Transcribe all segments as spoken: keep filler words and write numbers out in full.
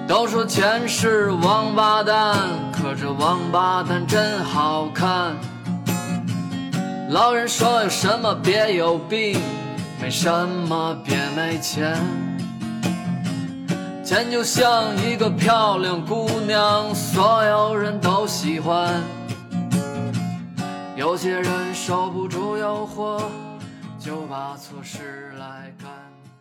都说钱是王八蛋，可这王八蛋真好看。老人说有什么别有病，没什么别没钱。钱就像一个漂亮姑娘，所有人都喜欢。有些人受不住诱惑，就把错事来干。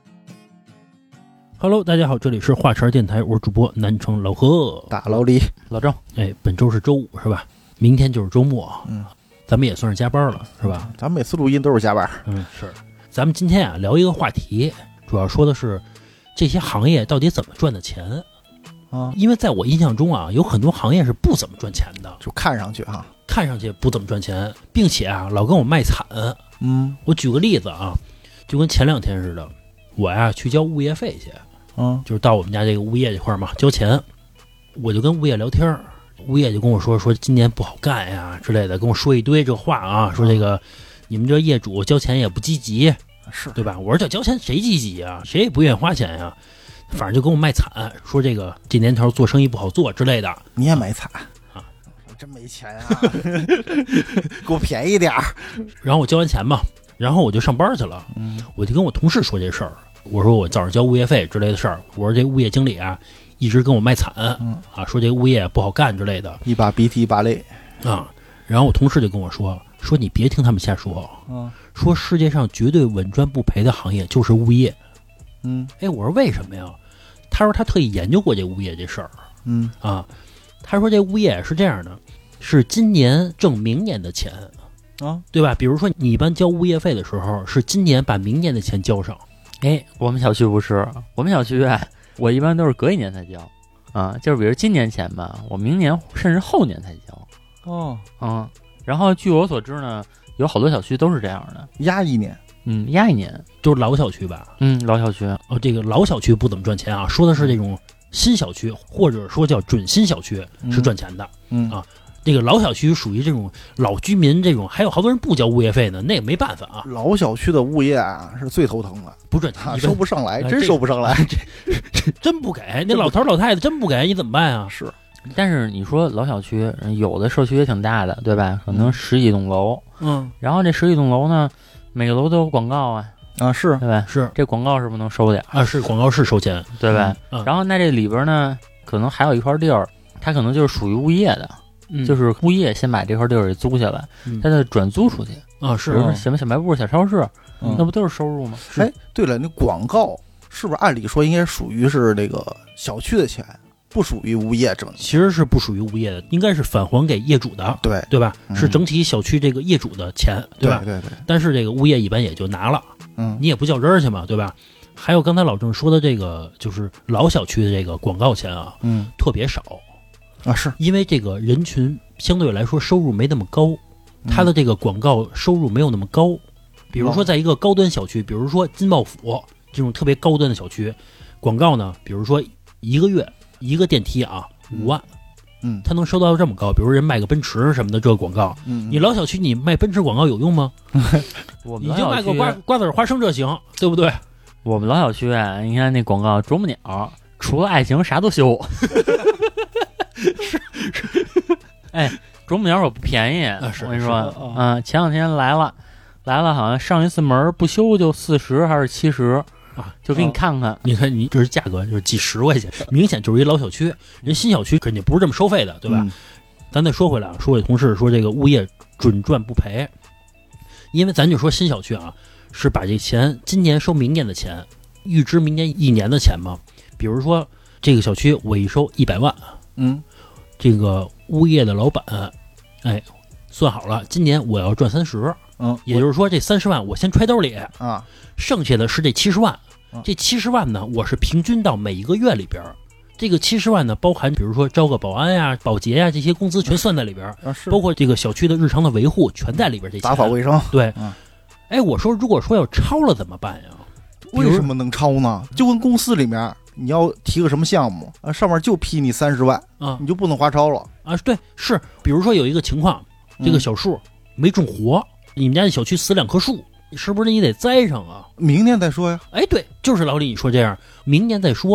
Hello， 大家好，这里是华晨电台，我是主播南城老何， 大老李， 老郑。 哎，本周是周五是吧？明天就是周末， 嗯， 咱们也算是加班了是吧？ 咱们每次录音都是加班。 嗯，是。咱们今天啊聊一个话题，主要说的是这些行业到底怎么赚的钱啊？ 因为在我印象中啊，有很多行业是不怎么赚钱的， 就看上去哈， 看上去不怎么赚钱，并且啊老跟我卖惨。 嗯， 我举个例子啊，就跟前两天似的，我呀去交物业费去。 嗯， 就是到我们家这个物业这块嘛，交钱，我就跟物业聊天，物业就跟我说说今年不好干呀之类的，跟我说一堆这话啊，说这个你们这业主交钱也不积极， 是对吧？我说这交钱谁积极啊？谁也不愿意花钱呀，反正就跟我卖惨，说这个这年头做生意不好做之类的。 你也卖惨啊？ 我真没钱啊，给我便宜点儿。 然后我交完钱嘛，然后我就上班去了， 嗯， 我就跟我同事说这事儿。我说我早上交物业费之类的事儿，我说这物业经理啊一直跟我卖惨， 嗯啊，说这物业不好干之类的， 一把鼻涕一把泪啊。然后我同事就跟我说说你别听他们瞎说， 嗯， 说世界上绝对稳赚不赔的行业就是物业。 嗯， 哎，我说为什么呀？他说他特意研究过这物业这事儿， 嗯啊，他说这物业是这样的，是今年挣明年的钱啊， 对吧？比如说你一般交物业费的时候，是今年把明年的钱交上。 哎，我们小区不是，我们小区啊，我一般都是隔一年才交，啊，就是比如今年钱吧，我明年甚至后年才交。 哦， 嗯，然后据我所知呢，有好多小区都是这样的， 压一年， 嗯，压一年， 就是老小区吧？ 嗯，老小区。 哦，这个老小区不怎么赚钱啊，说的是这种新小区，或者说叫准新小区是赚钱的， 嗯啊。这个老小区属于这种老居民，这种还有好多人不交物业费呢，那个没办法啊。 老小区的物业啊是最头疼的， 不赚钱、 啊、收不上来， 哎、 真收不上来， 这这真不给。那老头老太太真不给，你怎么办啊？ 是， 但是你说老小区，有的社区也挺大的，对吧？可能十几栋楼， 嗯， 然后这十几栋楼呢，每个楼都有广告啊， 啊是， 对吧？ 是， 这广告是不是能收点啊？是，广告是收钱， 对吧？ 嗯嗯、 然后那这里边呢，可能还有一块地儿，它可能就是属于物业的。 嗯、 就是物业先把这块地儿给租下来， 嗯、 他再转租出去啊，是， 比如说什么小卖部、小超市， 嗯、 那不都是收入吗？ 哎，对了，那广告是不是按理说应该属于是这个小区的钱，不属于物业挣？ 其实是不属于物业的，应该是返还给业主的， 对对吧？ 嗯、 是整体小区这个业主的钱，对吧？ 对对对。 但是这个物业一般也就拿了， 嗯， 你也不较真儿去嘛，对吧？还有刚才老郑说的这个，就是老小区的这个广告钱啊， 嗯， 特别少啊，是因为这个人群相对来说收入没那么高，他的这个广告收入没有那么高。比如说在一个高端小区，比如说金茂府这种特别高端的小区，广告呢，比如说一个月一个电梯啊五万， 嗯， 他能收到这么高。比如人卖个奔驰什么的这个广告， 嗯， 你老小区你卖奔驰广告有用吗？ 我们你就卖个瓜瓜子儿花生这行，对不对？ 我们老小区啊，你看那广告啄木鸟，除了爱情啥都修。是是，哎，啄木鸟我不便宜， 啊、是我跟你说， 啊、 嗯，前两天来了，来了，好像上一次门不修就四十还是七十啊， 就给你看看， 哦、你看你这是价格就是几十块钱，明显就是一老小区，人新小区肯定不是这么收费的，对吧？嗯、咱再说回来，说我同事说这个物业准赚不赔，因为咱就说新小区啊，是把这钱今年收明年的钱，预支明年一年的钱嘛。比如说这个小区我一收一百万。 嗯， 这个物业的老板，哎，算好了，今年我要赚三十， 嗯， 也就是说这三十万我先揣兜里啊， 剩下的是这七十万， 啊、 这七十万呢，我是平均到每一个月里边，这个七十万呢，包含比如说招个保安呀、保洁呀这些工资全算在里边， 啊、是包括这个小区的日常的维护全在里边，这打扫卫生， 对， 嗯、 哎，我说如果说要超了怎么办呀？ 为什么能超呢？就跟公司里面。你要提个什么项目啊？上面就批你三十万啊， 你就不能花超了啊？对，是，比如说有一个情况，这个小树没种活，嗯、你们家的小区死两棵树，是不是你得栽上啊？ 明年再说呀。 哎，对，就是老李你说这样，明年再说。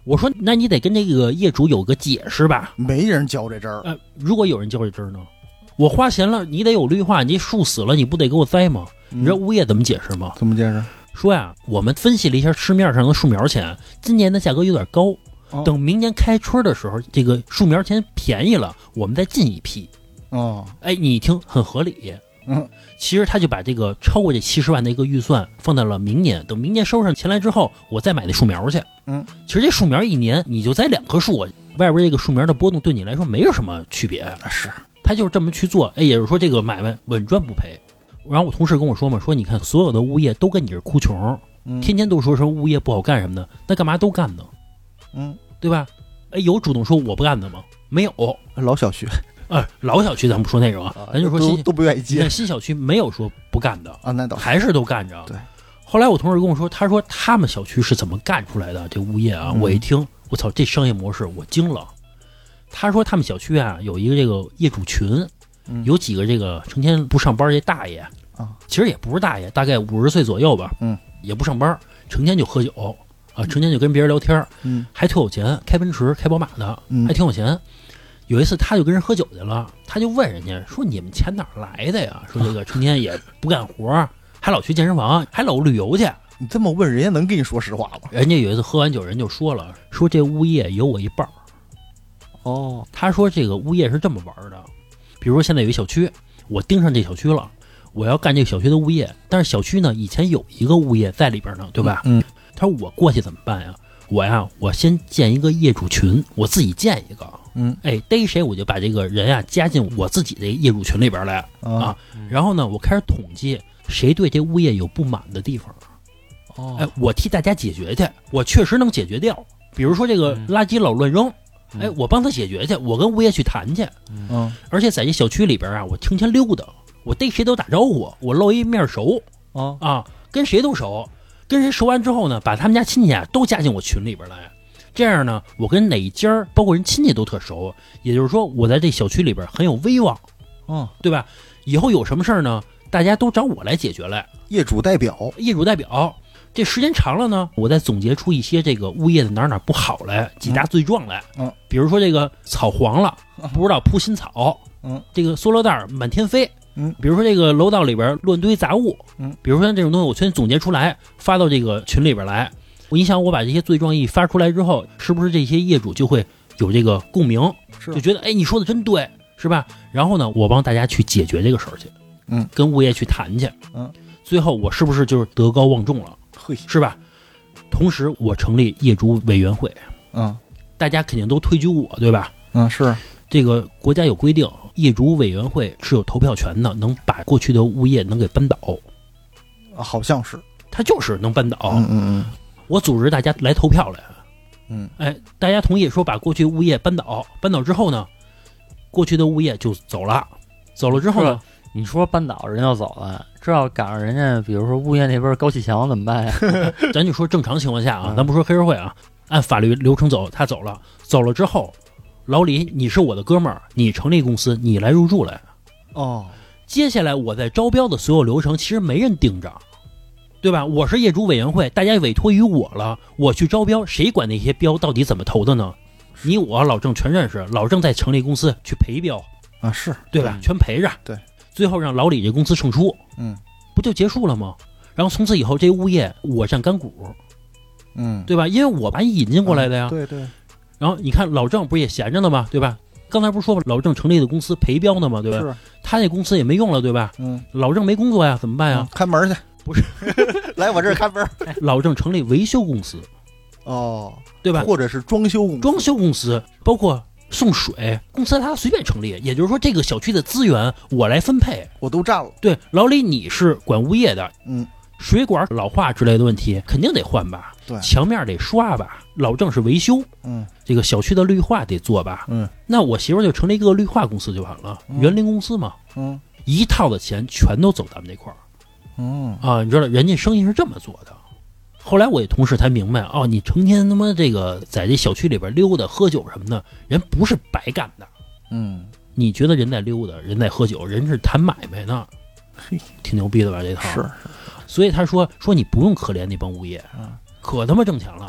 我说那你得跟这个业主有个解释吧。 没人交这针儿。 呃，如果有人交这针儿呢，我花钱了，你得有绿化，你树死了，你不得给我栽吗？ 嗯、 你知道物业怎么解释吗？ 怎么解释？ 说呀，我们分析了一下市面上的树苗钱，今年的价格有点高， 哦、 等明年开春的时候，这个树苗钱便宜了，我们再进一批。 哦， 哎，你一听很合理。 嗯， 其实他就把这个超过这七十万的一个预算放到了明年，等明年收上钱来之后，我再买那树苗去。 嗯， 其实这树苗一年你就栽两棵树，外边这个树苗的波动对你来说没有什么区别。 是， 他就是这么去做。哎，也就是说这个买卖稳赚不赔。然后我同事跟我说嘛，说你看所有的物业都跟你是哭穷， 嗯、 天天都说说物业不好干什么的，那干嘛都干呢？ 嗯， 对吧？哎，有主动说我不干的吗？没有。 老小区。 呃，老小区咱不说那种啊，咱就说新都都不愿意接。 新小区没有说不干的啊，那倒还是都干着。 对。 后来我同事跟我说，他说他们小区是怎么干出来的？这物业啊， 嗯、 我一听，我操，这商业模式我惊了。他说他们小区啊有一个这个业主群， 嗯、 有几个这个成天不上班这大爷啊， 其实也不是大爷，大概五十岁左右吧， 嗯， 也不上班，成天就喝酒啊，成天就跟别人聊天， 嗯， 还特有钱，开奔驰、开宝马的， 嗯， 还挺有钱。有一次他就跟人喝酒去了，他就问人家说：“你们钱哪来的呀？”说这个成天也不干活，还老去健身房，还老旅游去。 你这么问，人家能跟你说实话吗？ 人家有一次喝完酒，人就说了，说这物业有我一半。 哦， 他说这个物业是这么玩的，比如说现在有一小区，我盯上这小区了，我要干这个小区的物业，但是小区呢以前有一个物业在里边呢，对吧？ 嗯。 他说我过去怎么办呀？我呀，我先建一个业主群，我自己建一个。 嗯， 哎，逮谁我就把这个人啊加进我自己的业主群里边来啊。啊然后呢，我开始统计谁对这物业有不满的地方。 哦， 哎，我替大家解决去，我确实能解决掉。比如说这个垃圾老乱扔， 嗯、 哎，我帮他解决去，我跟物业去谈去。 嗯， 而且在这小区里边啊，我成天溜达，我逮谁都打招呼，我露一面熟。 啊啊，跟谁都熟。跟谁熟完之后呢，把他们家亲戚啊都加进我群里边来，这样呢，我跟哪一家包括人亲戚都特熟，也就是说我在这小区里边很有威望， 嗯， 对吧？以后有什么事儿呢，大家都找我来解决来。 业主代表， 业主代表，这时间长了呢，我再总结出一些这个物业的哪哪不好来，几大罪状来， 嗯， 比如说这个草黄了，不知道铺新草， 嗯， 这个塑料袋满天飞。 嗯， 比如说这个楼道里边乱堆杂物， 嗯， 比如说像这种东西，我全总结出来发到这个群里边来。你想，我把这些罪状一发出来之后，是不是这些业主就会有这个共鸣，就觉得哎，你说的真对，是吧？然后呢，我帮大家去解决这个事儿去， 嗯， 跟物业去谈去， 嗯， 最后我是不是就是德高望重了？ 嘿， 是吧？同时，我成立业主委员会， 嗯， 大家肯定都推举我，对吧？ 嗯，是这个国家有规定。业主委员会是有投票权的，能把过去的物业能给扳倒， 啊，好像是， 他就是能扳倒。 嗯嗯嗯， 我组织大家来投票来， 嗯， 哎，大家同意说把过去物业扳倒，扳倒之后呢，过去的物业就走了，走了之后呢， 你说扳倒人就走了，这要赶上人家，比如说物业那边高启强怎么办呀？ 咱就说正常情况下啊，咱不说黑社会啊，按法律流程走，他走了，走了之后。老李，你是我的哥们儿，你成立公司，你来入驻来。 哦， 接下来我在招标的所有流程，其实没人盯着，对吧？我是业主委员会，大家委托于我了，我去招标，谁管那些标到底怎么投的呢？你我老郑全认识，老郑再成立公司去陪标啊，是对吧？全陪着， 对， 最后让老李这公司胜出， 嗯， 不就结束了吗？然后从此以后，这物业我占干股， 嗯， 对吧？因为我把你引进过来的呀， 嗯、对对。 然后你看老郑不是也闲着呢吗？对吧？刚才不是说老郑成立的公司陪标呢吗？对吧？ 是， 他那公司也没用了，对吧？ 嗯， 老郑没工作呀，怎么办呀？ 嗯、看门去， 不是， 来我这儿看门。 老郑成立维修公司， 哦， 对吧？ 或者是装修公司， 装修公司，包括送水公司，他随便成立。也就是说，这个小区的资源我来分配， 我都占了。 对，老李你是管物业的， 嗯。 水管老化之类的问题肯定得换吧， 对， 墙面得刷吧，老郑是维修， 嗯， 这个小区的绿化得做吧， 嗯， 那我媳妇就成立一个绿化公司就完了， 嗯、 园林公司嘛， 嗯， 一套的钱全都走咱们这块儿， 嗯啊，你知道人家生意是这么做的。后来我一同事才明白，哦，你成天他妈这个在这小区里边溜达喝酒什么的，人不是白干的， 嗯， 你觉得人在溜达，人在喝酒，人是谈买卖呢， 嘿， 挺牛逼的吧这套？ 是。 所以他说说你不用可怜那帮物业， 嗯， 可他妈挣钱了。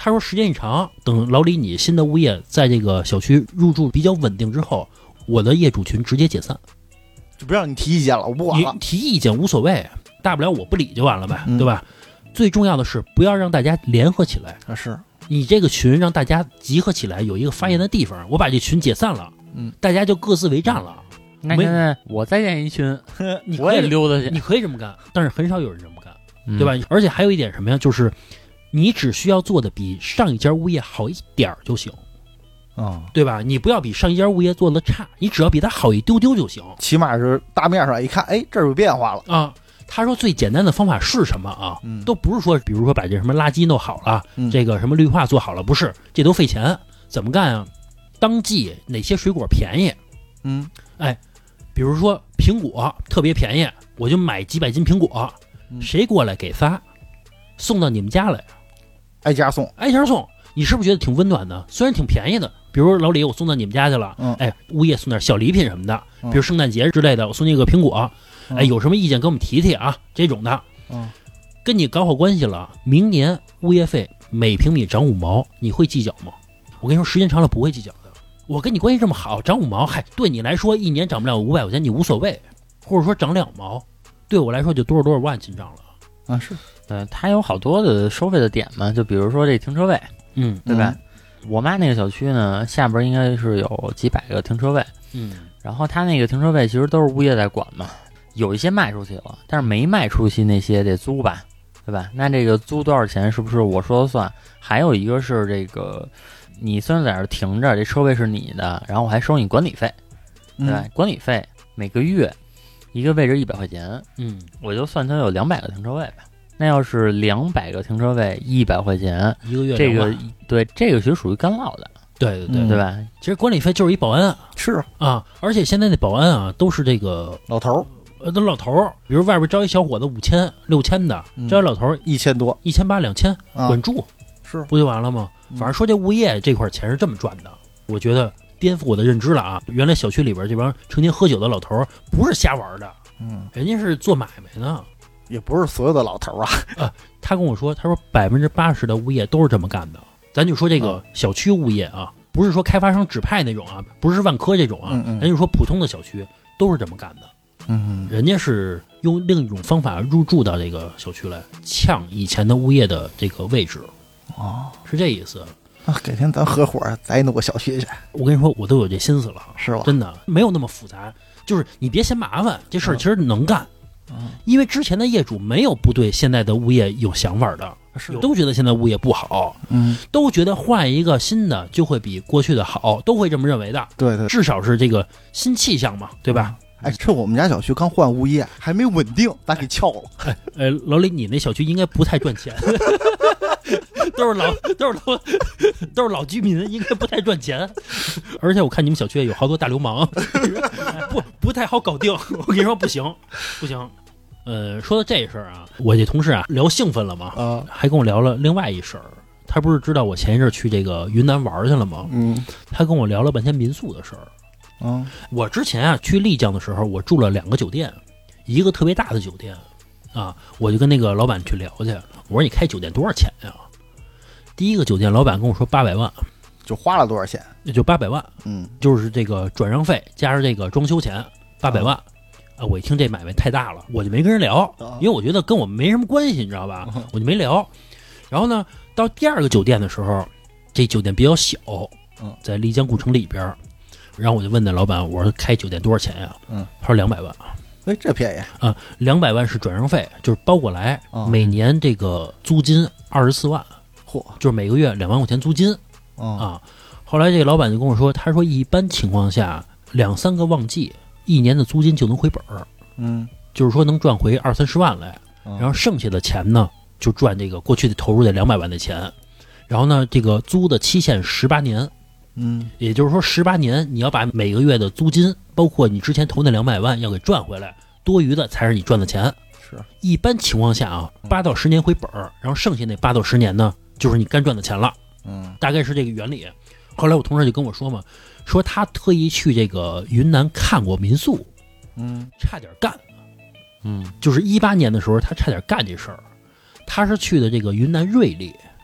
他说时间一长，等老李你新的物业在这个小区入住比较稳定之后，我的业主群直接解散， 就不让你提意见了，我不管了。 你提意见无所谓，大不了我不理就完了呗， 嗯、 对吧？最重要的是不要让大家联合起来啊，是你这个群让大家集合起来有一个发言的地方，我把这群解散了， 嗯， 大家就各自为战了。 那现在我再建一群， 你我也溜达去， 你可以这么干，但是很少有人这么干，嗯、对吧？而且还有一点什么呀，就是你只需要做的比上一家物业好一点就行， 啊、哦， 对吧？你不要比上一家物业做的差，你只要比他好一丢丢就行， 起码是大面上一看，哎，这儿有变化了啊。他说最简单的方法是什么啊？ 嗯、 都不是说，比如说把这什么垃圾弄好了， 嗯、 这个什么绿化做好了，不是，这都费钱。怎么干啊？当季哪些水果便宜？ 嗯， 哎。比如说苹果特别便宜，我就买几百斤苹果， 嗯、 谁过来给仨，送到你们家来， 挨家送， 挨家送，你是不是觉得挺温暖的？虽然挺便宜的，比如老李我送到你们家去了， 嗯、 哎，物业送点小礼品什么的， 嗯、 比如圣诞节之类的，我送你个苹果， 嗯、 哎，有什么意见跟我们提提啊，这种的， 嗯， 跟你搞好关系了，明年物业费每平米涨五毛，你会计较吗？我跟你说，时间长了不会计较。我跟你关系这么好，涨五毛，嗨，对你来说一年涨不了五百块钱，你无所谓，或者说涨两毛，对我来说就多少多少万进账了啊！是， 对，它有好多的收费的点嘛，就比如说这停车位， 嗯， 对吧？嗯、我妈那个小区呢，下边应该是有几百个停车位， 嗯， 然后它那个停车位其实都是物业在管嘛，有一些卖出去了，但是没卖出去那些得租吧，对吧？那这个租多少钱是不是我说了算？还有一个是这个。你虽然在这儿停着，这车位是你的，然后我还收你管理费，对吧？ 嗯、 管理费每个月一个位置一百块钱， 嗯， 我就算它有两百个停车位吧。那要是两百个停车位一百块钱一个月， 这个对这个其实属于干唠的， 对对对、 嗯、对吧？ 其实管理费就是一保安， 是啊，而且现在那保安啊都是这个老头， 呃，都老头，比如外边招一小伙子五千六千的，招一老头一千多， 一千八两千，管住。 是不就完了吗？反正说这物业这块钱是这么赚的，我觉得颠覆我的认知了啊！原来小区里边这帮成天喝酒的老头不是瞎玩的， 嗯， 人家是做买卖呢， 也不是所有的老头啊。 啊，他跟我说，他说百分之八十的物业都是这么干的。咱就说这个小区物业啊，不是说开发商指派那种啊，不是万科这种啊， 嗯嗯咱就说普通的小区都是这么干的。 嗯， 人家是用另一种方法入驻到这个小区来，抢以前的物业的这个位置。 哦， 是这意思。 啊，改天咱合伙再弄个小区去。 我跟你说，我都有这心思了， 是吧？ 真的没有那么复杂，就是你别嫌麻烦，这事儿其实能干。 嗯， 因为之前的业主没有不对现在的物业有想法的， 是都觉得现在物业不好， 嗯， 都觉得换一个新的就会比过去的好，都会这么认为的。 对对， 至少是这个新气象嘛，对吧？ 哎，趁我们家小区刚换物业还没稳定，咱给撬了。 哎，呃，老李，你那小区应该不太赚钱。都是老都是老都是老居民，应该不太赚钱，而且我看你们小区有好多大流氓，不不太好搞定。我跟你说不行不行。呃，说到这事儿啊，我这同事啊聊兴奋了嘛， 啊， 还跟我聊了另外一事儿。他不是知道我前一阵去这个云南玩去了吗？ 嗯， 他跟我聊了半天民宿的事儿。 嗯， 我之前啊去丽江的时候，我住了两个酒店，一个特别大的酒店啊，我就跟那个老板去聊去，我说你开酒店多少钱呀？第一个酒店老板跟我说八百万， 就花了多少钱？ 也就八百万， 嗯， 就是这个转让费加上这个装修钱八百万。啊，我一听这买卖太大了，我就没跟人聊，因为我觉得跟我没什么关系，你知道吧？我就没聊。然后呢，到第二个酒店的时候，这酒店比较小，在丽江古城里边，然后我就问那老板，我说开酒店多少钱呀？ 嗯， 他说两百万。 哎，这便宜啊！两百万是转让费，就是包过来， 哦、 每年这个租金二十四万， 嚯， 就是每个月两万块钱租金、 哦、 啊。后来这个老板就跟我说，他说一般情况下两三个旺季，一年的租金就能回本儿， 嗯， 就是说能赚回二三十万来， 哦、 然后剩下的钱呢，就赚这个过去的投入的两百万的钱，然后呢，这个租的期限十八年。 嗯， 也就是说，十八年你要把每个月的租金，包括你之前投那两百万，要给赚回来，多余的才是你赚的钱。 是， 一般情况下啊，八到十年回本儿，然后剩下那八到十年呢，就是你干赚的钱了。 嗯， 大概是这个原理。后来我同事就跟我说嘛，说他特意去这个云南看过民宿， 嗯， 差点干， 嗯， 就是一八年的时候，他差点干这事儿。他是去的这个云南瑞丽，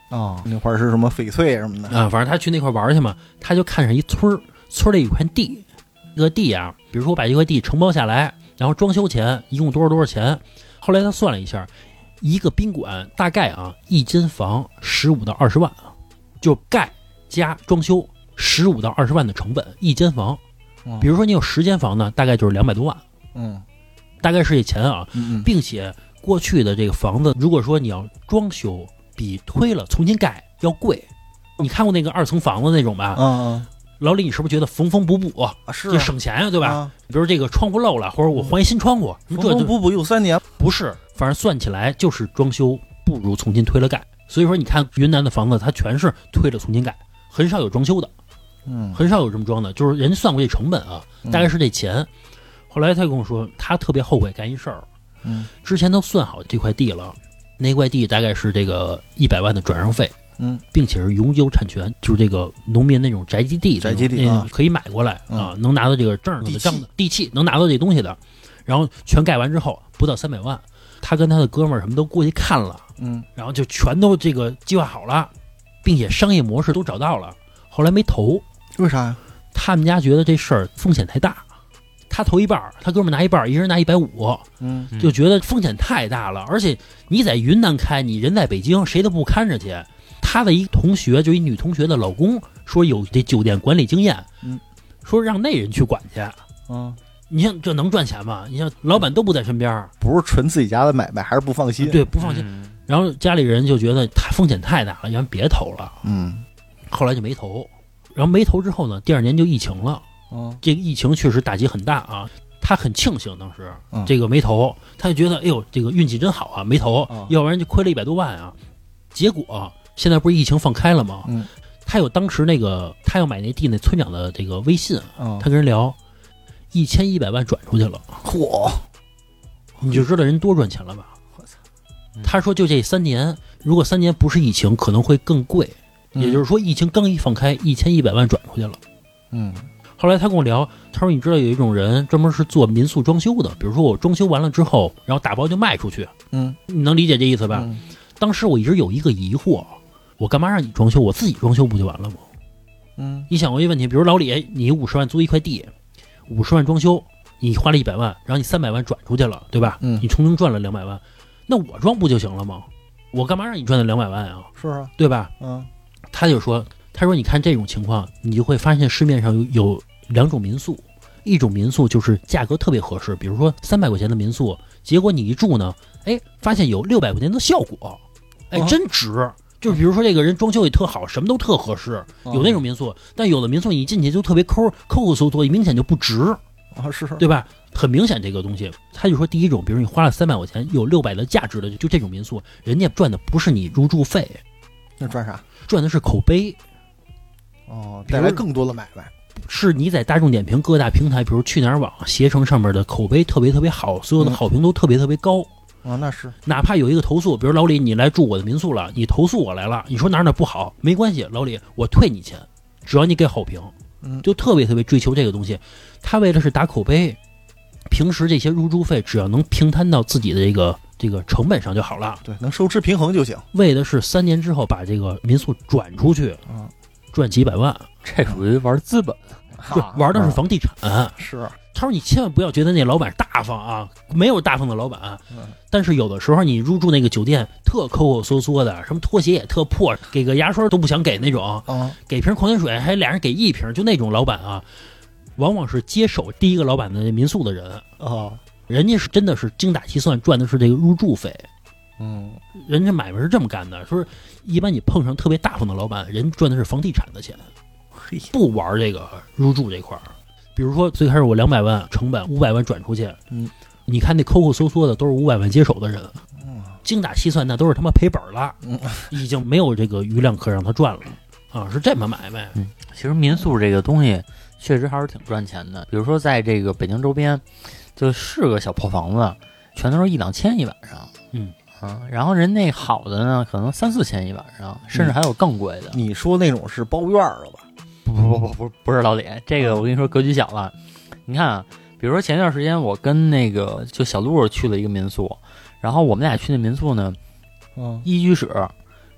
哦，那块儿是什么翡翠什么的啊，反正他去那块玩去嘛，他就看上一村儿，村里有一块地，这个地啊，比如说我把这块地承包下来，然后装修钱一共多少多少钱，后来他算了一下，一个宾馆大概啊一间房十五到二十万啊，就盖加装修十五到二十万的成本一间房，比如说你有十间房呢，大概就是两百多万， 嗯， 大概是这钱啊， 嗯， 并且过去的这个房子，如果说你要装修，比推了重新盖要贵。你看过那个二层房子那种吧？ 嗯嗯， 老李，你是不是觉得缝缝补补啊是就省钱呀、啊，对吧、 啊？ 比如这个窗户漏了，或者我换一新窗户， 缝缝补补又三年， 不是，反正算起来就是装修不如重新推了盖。所以说，你看云南的房子，它全是推了重新盖，很少有装修的， 嗯， 很少有这么装的，就是人家算过这成本啊，大概是这钱。嗯、后来他跟我说，他特别后悔干一事儿， 嗯， 之前都算好这块地了。那块地大概是这个一百万的转让费， 嗯， 并且是永久产权，就是这个农民那种宅基地， 宅基地啊，可以买过来啊， 嗯、 能拿到这个证的章的地契，能拿到这东西的。然后全盖完之后不到三百万，他跟他的哥们儿什么都过去看了， 嗯， 然后就全都这个计划好了，并且商业模式都找到了，后来没投， 为啥呀？ 他们家觉得这事儿风险太大。他投一半，他哥们拿一半，一人拿一百五， 嗯， 就觉得风险太大了。而且你在云南开，你人在北京，谁都不看着去。他的一同学，就一女同学的老公，说有这酒店管理经验， 嗯， 说让那人去管去， 嗯， 你像这能赚钱吗？你像老板都不在身边， 不是纯自己家的买卖，还是不放心？ 对，不放心。嗯、然后家里人就觉得他风险太大了，要不别投了。 嗯， 后来就没投。然后没投之后呢，第二年就疫情了。 嗯， 这个疫情确实打击很大啊，他很庆幸当时、 嗯、 这个没投，他就觉得哎呦这个运气真好啊，没投， 嗯、 要不然就亏了一百多万啊。结果现在不是疫情放开了吗？ 嗯， 他有当时那个他要买那地那村长的这个微信， 嗯、 他跟人聊，一千一百万转出去了， 嚯， 你就知道人多赚钱了吧？ 我操！ 他说就这三年，如果三年不是疫情，可能会更贵。 嗯、 也就是说，疫情刚一放开，一千一百万转出去了。 嗯。 后来他跟我聊，他说：“你知道有一种人专门是做民宿装修的，比如说我装修完了之后，然后打包就卖出去。 嗯， 你能理解这意思吧？ 嗯、 当时我一直有一个疑惑，我干嘛让你装修？我自己装修不就完了吗？ 嗯， 你想过一个问题，比如老李，你五十万租一块地，五十万装修，你花了一百万，然后你三百万转出去了，对吧？ 嗯， 你从中赚了两百万，那我装不就行了吗？我干嘛让你赚那两百万啊？ 是啊， 对吧？ 嗯， 他就说，他说你看这种情况，你就会发现市面上有有。两种民宿，一种民宿就是价格特别合适，比如说三百块钱的民宿，结果你一住呢，哎，发现有六百块钱的效果，哎，真值。就是比如说这个人装修也特好，什么都特合适，有那种民宿，但有的民宿你一进去就特别抠，抠抠搜搜，明显就不值啊，是， 对吧？很明显这个东西，他就说第一种，比如你花了三百块钱，有六百的价值的，就这种民宿，人家赚的不是你入住费， 那赚啥？ 赚的是口碑， 哦，带来更多的买卖。 是你在大众点评各大平台，比如去哪儿网、携程上面的口碑特别特别好，所有的好评都特别特别高啊、嗯，那是。 哪怕有一个投诉，比如老李你来住我的民宿了，你投诉我来了，你说哪儿哪儿不好，没关系，老李我退你钱，只要你给好评， 嗯， 就特别特别追求这个东西。他为的是打口碑，平时这些入住费只要能平摊到自己的这个这个成本上就好了， 对，能收支平衡就行。为的是三年之后把这个民宿转出去， 嗯， 赚几百万， 这属于玩资本。 对，玩的是房地产。 啊、是， 他说你千万不要觉得那老板大方啊，没有大方的老板。 嗯、 但是有的时候你入住那个酒店，特抠抠搜搜的，什么拖鞋也特破，给个牙刷都不想给那种， 嗯、 给瓶矿泉水还俩人给一瓶，就那种老板啊，往往是接手第一个老板的民宿的人啊、 哦， 人家是真的是精打细算，赚的是这个入住费。 嗯， 人家买卖是这么干的，说一般你碰上特别大方的老板，人赚的是房地产的钱。不玩这个入住这块儿，比如说最开始我两百万成本，五百万转出去， 嗯， 你看那抠抠搜搜的都是五百万接手的人， 嗯， 精打细算那都是他妈赔本了， 嗯， 已经没有这个余量可让他赚了啊，是这么买卖。 嗯，其实民宿这个东西确实还是挺赚钱的，比如说在这个北京周边，就是个小破房子，全都是一两千一晚上， 嗯。 啊，然后人那好的呢，可能三四千一晚上，甚至还有更贵的。 你说那种是包院了吧？ 不不不不不不是老李，这个我跟你说格局小了。你看啊，比如说前段时间我跟那个就小鹿去了一个民宿，然后我们俩去那民宿呢， 嗯， 一居室，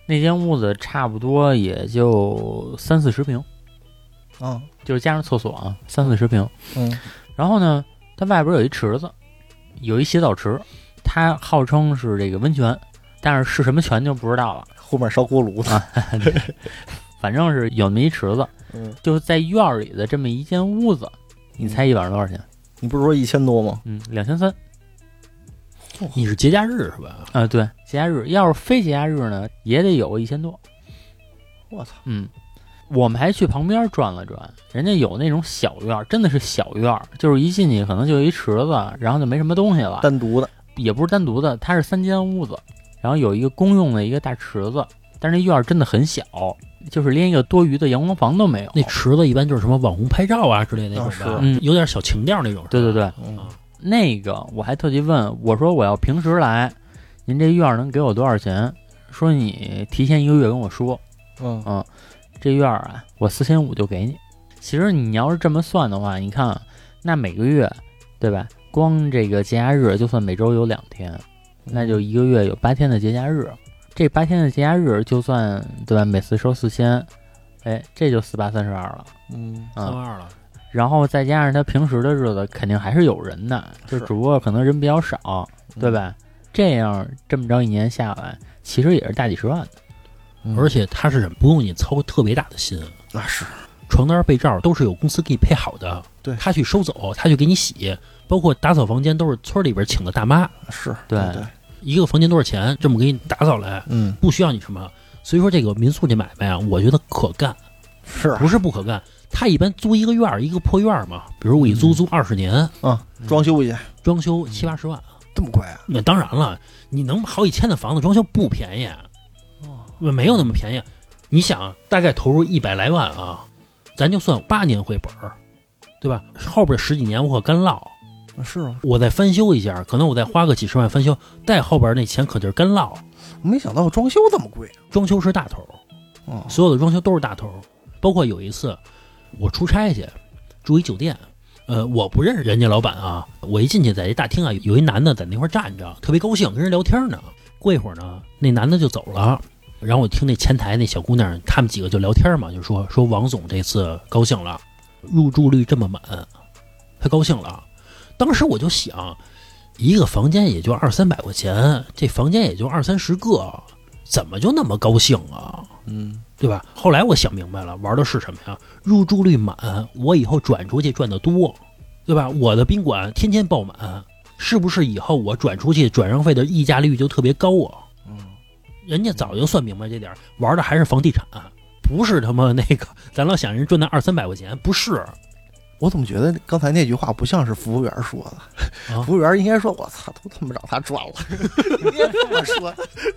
那间屋子差不多也就三四十平， 嗯， 就是加上厕所啊，三四十平。 嗯， 然后呢，它外边有一池子，有一洗澡池，它号称是这个温泉，但是是什么泉就不知道了。 后面烧锅炉子， 啊，反正是有那么一池子， 嗯， 就是在院里的这么一间屋子，你猜一晚上多少钱？ 你不是说一千多吗？ 嗯，两千三。 你是节假日是吧？ 啊，对，节假日，要是非节假日呢，也得有个一千多。 我操！ 嗯，我们还去旁边转了转，人家有那种小院，真的是小院，就是一进去可能就有一池子，然后就没什么东西了。 单独的， 也不是单独的，它是三间屋子，然后有一个公用的一个大池子，但是那院真的很小，就是连一个多余的阳光房都没有。 那池子一般就是什么网红拍照啊之类的那种的， 哦嗯有点小情调那种。 对对对， 嗯， 那个我还特地问我说我要平时来，您这院能给我多少钱？说你提前一个月跟我说， 嗯嗯，这院啊我四千五就给你。其实你要是这么算的话，你看啊，那每个月对吧？光这个节假日就算每周有两天，那就一个月有八天的节假日。这八天的节假日就算对吧？每次收四千，哎，这就四八三十二了， 嗯， 三万二了。 然后再加上他平时的日子肯定还是有人的，就是只不过可能人比较少，对吧？这样这么着一年下来，其实也是大几十万的。 嗯而且他是不用你操特别大的心， 那是床单被罩都是有公司给你配好的， 对他去收走，他去给你洗，包括打扫房间都是村里边请的大妈， 是， 对对， 一个房间多少钱，这么给你打扫来， 嗯， 不需要你什么。所以说这个民宿这买卖啊，我觉得可干， 是不是不可干。他一般租一个院儿，一个破院儿嘛，比如我一租租二十年， 啊，装修去装修七八十万， 这么贵啊？ 那当然了，你能好几千的房子装修不便宜，没有那么便宜。你想，大概投入一百来万啊，咱就算八年回本儿，对吧？后边十几年我可干落， 是啊， 我再翻修一下，可能我再花个几十万翻修，带后边那钱可就是干落。 没想到装修这么贵， 装修是大头， 哦， 所有的装修都是大头。包括有一次我出差去，住一酒店，呃，我不认识人家老板啊，我一进去在一大厅啊，有一男的在那块站着，特别高兴，跟人聊天呢。过一会儿呢，那男的就走了，然后我听那前台那小姑娘，他们几个就聊天嘛，就说说王总这次高兴了，入住率这么满，他高兴了。当时我就想，一个房间也就二三百块钱，这房间也就二三十个，怎么就那么高兴啊？ 嗯， 对吧？后来我想明白了，玩的是什么呀？入住率满，我以后转出去赚得多，对吧？我的宾馆天天爆满，是不是以后我转出去转让费的溢价率就特别高啊？ 嗯， 人家早就算明白这点，玩的还是房地产，不是他妈那个咱老想人赚那二三百块钱，不是。 我怎么觉得刚才那句话不像是服务员说的？ 啊、 服务员应该说：“我操，都他妈让他赚了。”应该这么说。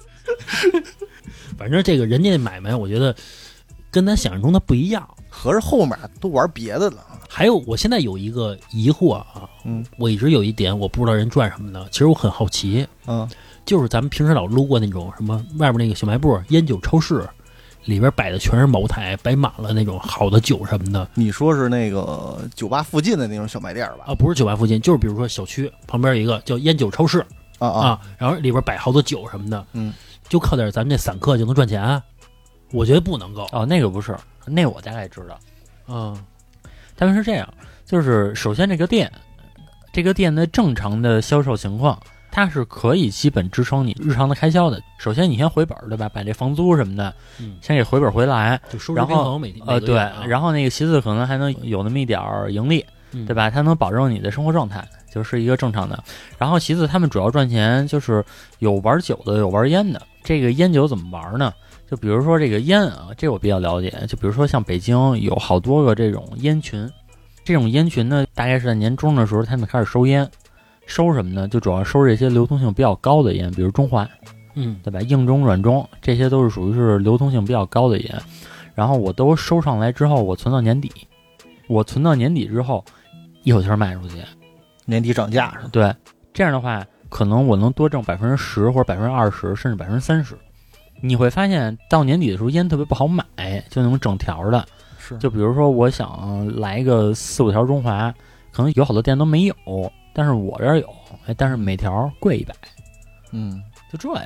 反正这个人家买卖，我觉得跟咱想象中的不一样。 合着后面都玩别的了。 还有，我现在有一个疑惑啊， 嗯， 我一直有一点我不知道人赚什么的，其实我很好奇， 嗯， 就是咱们平时老路过那种什么外边那个小卖部、烟酒超市，里边摆的全是茅台，摆满了那种好的酒什么的。 你说是那个酒吧附近的那种小卖店吧？ 啊，不是酒吧附近，就是比如说小区旁边有一个叫烟酒超市啊啊， 啊，然后里边摆好多酒什么的， 嗯， 就靠点咱们这散客就能赚钱？我觉得不能够。 哦，那个不是，那我大概知道。 嗯， 他们是这样，就是首先这个店，这个店的正常的销售情况，它是可以基本支撑你日常的开销的。首先你先回本，对吧？把这房租什么的， 嗯， 先给回本回来， 就收支然后平衡每呃对， 啊、 然后那个其次可能还能有那么一点儿盈利， 嗯、 对吧？它能保证你的生活状态，就是一个正常的。然后其次他们主要赚钱就是有玩酒的，有玩烟的。这个烟酒怎么玩呢？就比如说这个烟啊，这我比较了解。就比如说像北京有好多个这种烟群，这种烟群呢，大概是在年中的时候他们开始收烟，收什么呢？就主要收这些流通性比较高的烟，比如中华， 嗯， 对吧？硬中、软中，这些都是属于是流通性比较高的烟。然后我都收上来之后，我存到年底，我存到年底之后，一口气儿卖出去， 年底涨价是吧？ 对，这样的话，可能我能多挣百分之十或者百分之二十，甚至百分之三十。你会发现到年底的时候，烟特别不好买，就那种整条的。 是， 就比如说我想来一个四五条中华，可能有好多店都没有，但是我这儿有，哎，但是每条贵一百。 嗯， 就这样。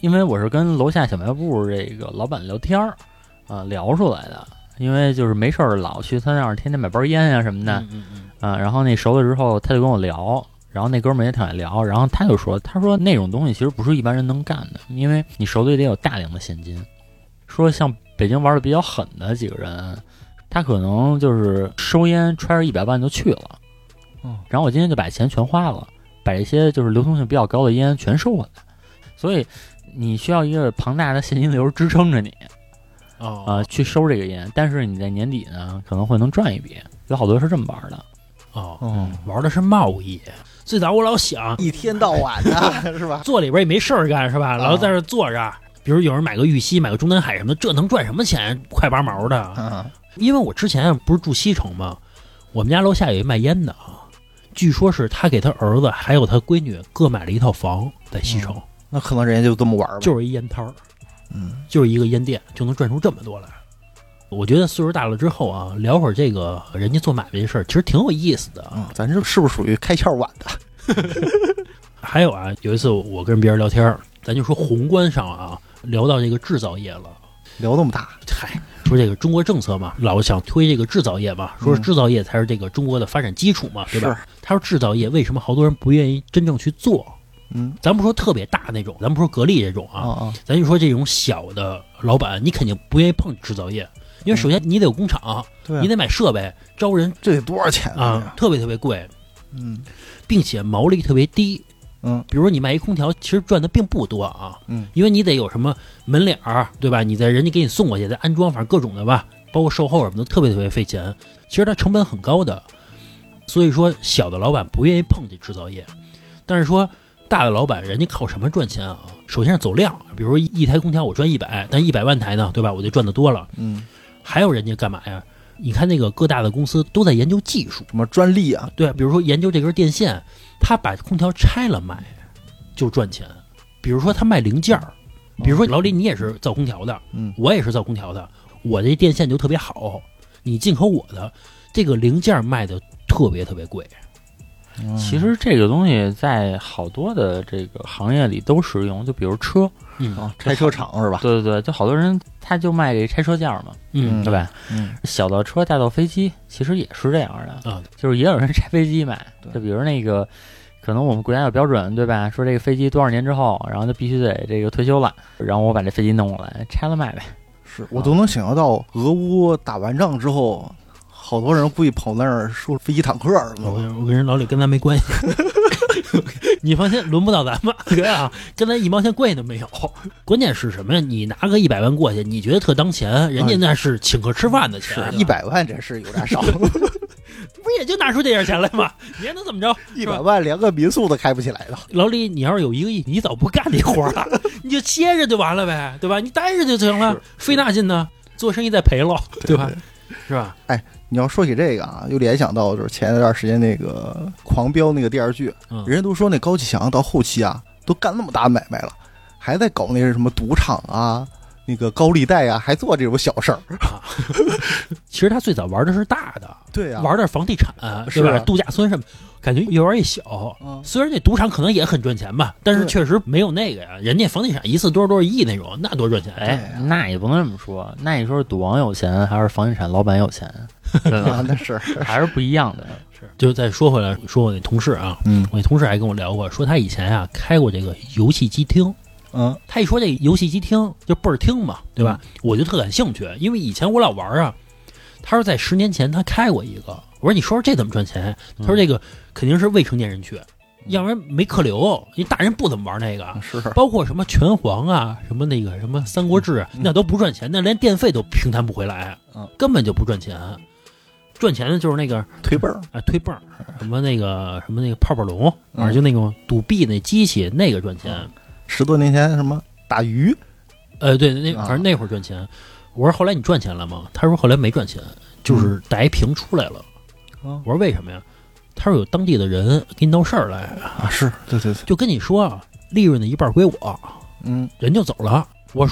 因为我是跟楼下小卖部这个老板聊天儿，啊、呃，聊出来的。因为就是没事儿老去他那儿天天买包烟啊什么的， 嗯嗯嗯， 啊、然后那熟了之后他就跟我聊，然后那哥们儿也挺爱聊，然后他就说，他说那种东西其实不是一般人能干的，因为你手里得有大量的现金。说像北京玩的比较狠的几个人，他可能就是收烟揣着一百万就去了， 哦， 然后我今天就把钱全花了，把这些就是流通性比较高的烟全收回来，所以你需要一个庞大的现金流支撑着你。 哦， 啊、呃，去收这个烟，但是你在年底呢可能会能赚一笔，有好多是这么玩的。 哦， 嗯， 玩的是贸易。最早我老想， 一天到晚的是吧？ 坐里边也没事儿干是吧？老在这坐着，比如有人买个玉溪、买个中南海什么的，这能赚什么钱？快八毛的。 嗯， 因为我之前不是住西城吗？我们家楼下有一卖烟的啊，据说是他给他儿子还有他闺女各买了一套房在西城， 嗯、那可能人家就这么玩吧， 就是一烟摊儿。 嗯， 就是一个烟店就能赚出这么多来。我觉得岁数大了之后啊，聊会儿这个人家做买卖这事儿，其实挺有意思的。 嗯，咱这是不是属于开窍晚的？ 还有啊，有一次我跟别人聊天，咱就说宏观上啊，聊到这个制造业了， 聊那么大， 嗨，说这个中国政策嘛，老想推这个制造业嘛，说制造业才是这个中国的发展基础嘛，对吧？他说制造业为什么好多人不愿意真正去做？ 嗯， 咱不说特别大那种，咱不说格力这种啊， 哦哦咱就说这种小的老板，你肯定不愿意碰制造业，因为首先你得有工厂， 对、啊， 你得买设备，招人， 这得多少钱啊？ 啊特别特别贵， 嗯， 并且毛利特别低， 嗯， 比如说你卖一空调，其实赚的并不多啊， 嗯， 因为你得有什么门脸儿，对吧？你在人家给你送过去，再安装，反正各种的吧，包括售后什么的，特别特别费钱，其实它成本很高的，所以说小的老板不愿意碰这制造业，但是说。大的老板人家靠什么赚钱啊？首先是走量，比如说一台空调我赚一百，但一百万台呢，对吧？我就赚的多了。 嗯， 还有人家干嘛呀？你看那个各大的公司都在研究技术， 什么专利啊？ 对，比如说研究这根电线，他把空调拆了卖就赚钱。比如说他卖零件儿，比如说老李你也是造空调的， 嗯， 我也是造空调的，我这电线就特别好，你进口我的这个零件卖的特别特别贵。 其实这个东西在好多的这个行业里都实用，就比如车， 嗯， 啊，拆车厂是吧？ 对对对，就好多人他就卖这拆车件嘛， 嗯， 对吧？ 嗯， 小到车大到飞机，其实也是这样的啊， 就是也有人拆飞机卖，就比如那个，可能我们国家有标准，对吧？说这个飞机多少年之后，然后就必须得这个退休了，然后我把这飞机弄过来拆了卖呗。 是我都能想象到俄乌打完仗之后。好多人估计跑那儿说飞机坦克什么的， 我跟人老李跟咱没关系，你放心，轮不到咱们，对啊，跟咱一毛钱关系都没有。关键是什么呀？你拿个一百万过去，你觉得特当钱，人家那是请客吃饭的钱， 一百万真是有点少， 不也就拿出这点钱来吗？你还能怎么着？ 一百万连个民宿都开不起来了。 老李，你要是有一个亿，你早不干这活了，你就歇着就完了呗，对吧？你待着就行了，费那劲呢，做生意再赔了，对吧？是吧？ 哎，你要说起这个啊，又联想到就是前一段时间那个《狂飙》那个电视剧， 嗯、 人家都说那高启强到后期啊，都干那么大买卖了，还在搞那什么赌场啊、那个高利贷啊，还做这种小事儿。 啊、其实他最早玩的是大的， 对啊， 玩点房地产， 是吧？度假村什么，感觉越玩越小。 嗯、 虽然这赌场可能也很赚钱吧，但是确实没有那个呀。人家房地产一次多少多少亿那种，那多赚钱。 哎，那也不能这么说。那你说是赌王有钱，还是房地产老板有钱？对吧？ 那是还是不一样的。 是，就再说回来，说我那同事啊， 嗯， 我那同事还跟我聊过，说他以前啊开过这个游戏机厅。 嗯， 他一说这游戏机厅就倍儿听嘛，对吧？ 嗯、 我就特感兴趣，因为以前我老玩啊。他说在十年前他开过一个，我说你说说这怎么赚钱？他说这个肯定是未成年人去，嗯、要不然没客流，因为大人不怎么玩那个。 是， 包括什么拳皇啊，什么那个什么三国志啊， 嗯、 那都不赚钱，那连电费都平摊不回来， 嗯， 根本就不赚钱。赚钱的就是那个推泵啊，推泵，什么那个什么那个泡泡龙，反正就那种赌币那机器，那个赚钱。 十多年前什么打鱼， 呃，对，那反正那会儿赚钱。啊、我说后来你赚钱了吗？他说后来没赚钱，就是带一瓶出来了。 嗯、 我说为什么呀？他说有当地的人给你闹事儿来啊，是对对对， 就跟你说啊，利润的一半归我， 嗯， 人就走了。我说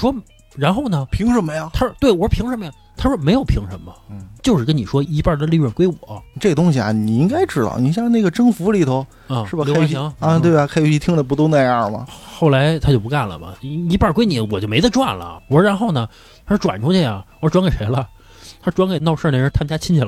然后呢， 凭什么呀？ 他说对，我说凭什么呀？他说没有凭什么， 嗯， 就是跟你说一半的利润归我这东西啊，你应该知道。你像那个征服里头， 啊， 是吧？ 刘华强啊，对吧？开游戏厅的不都那样吗？ 后来他就不干了嘛，一一半归你，我就没得赚了。我说然后呢？他说转出去呀。我说转给谁了？他说转给闹事那人他们家亲戚了，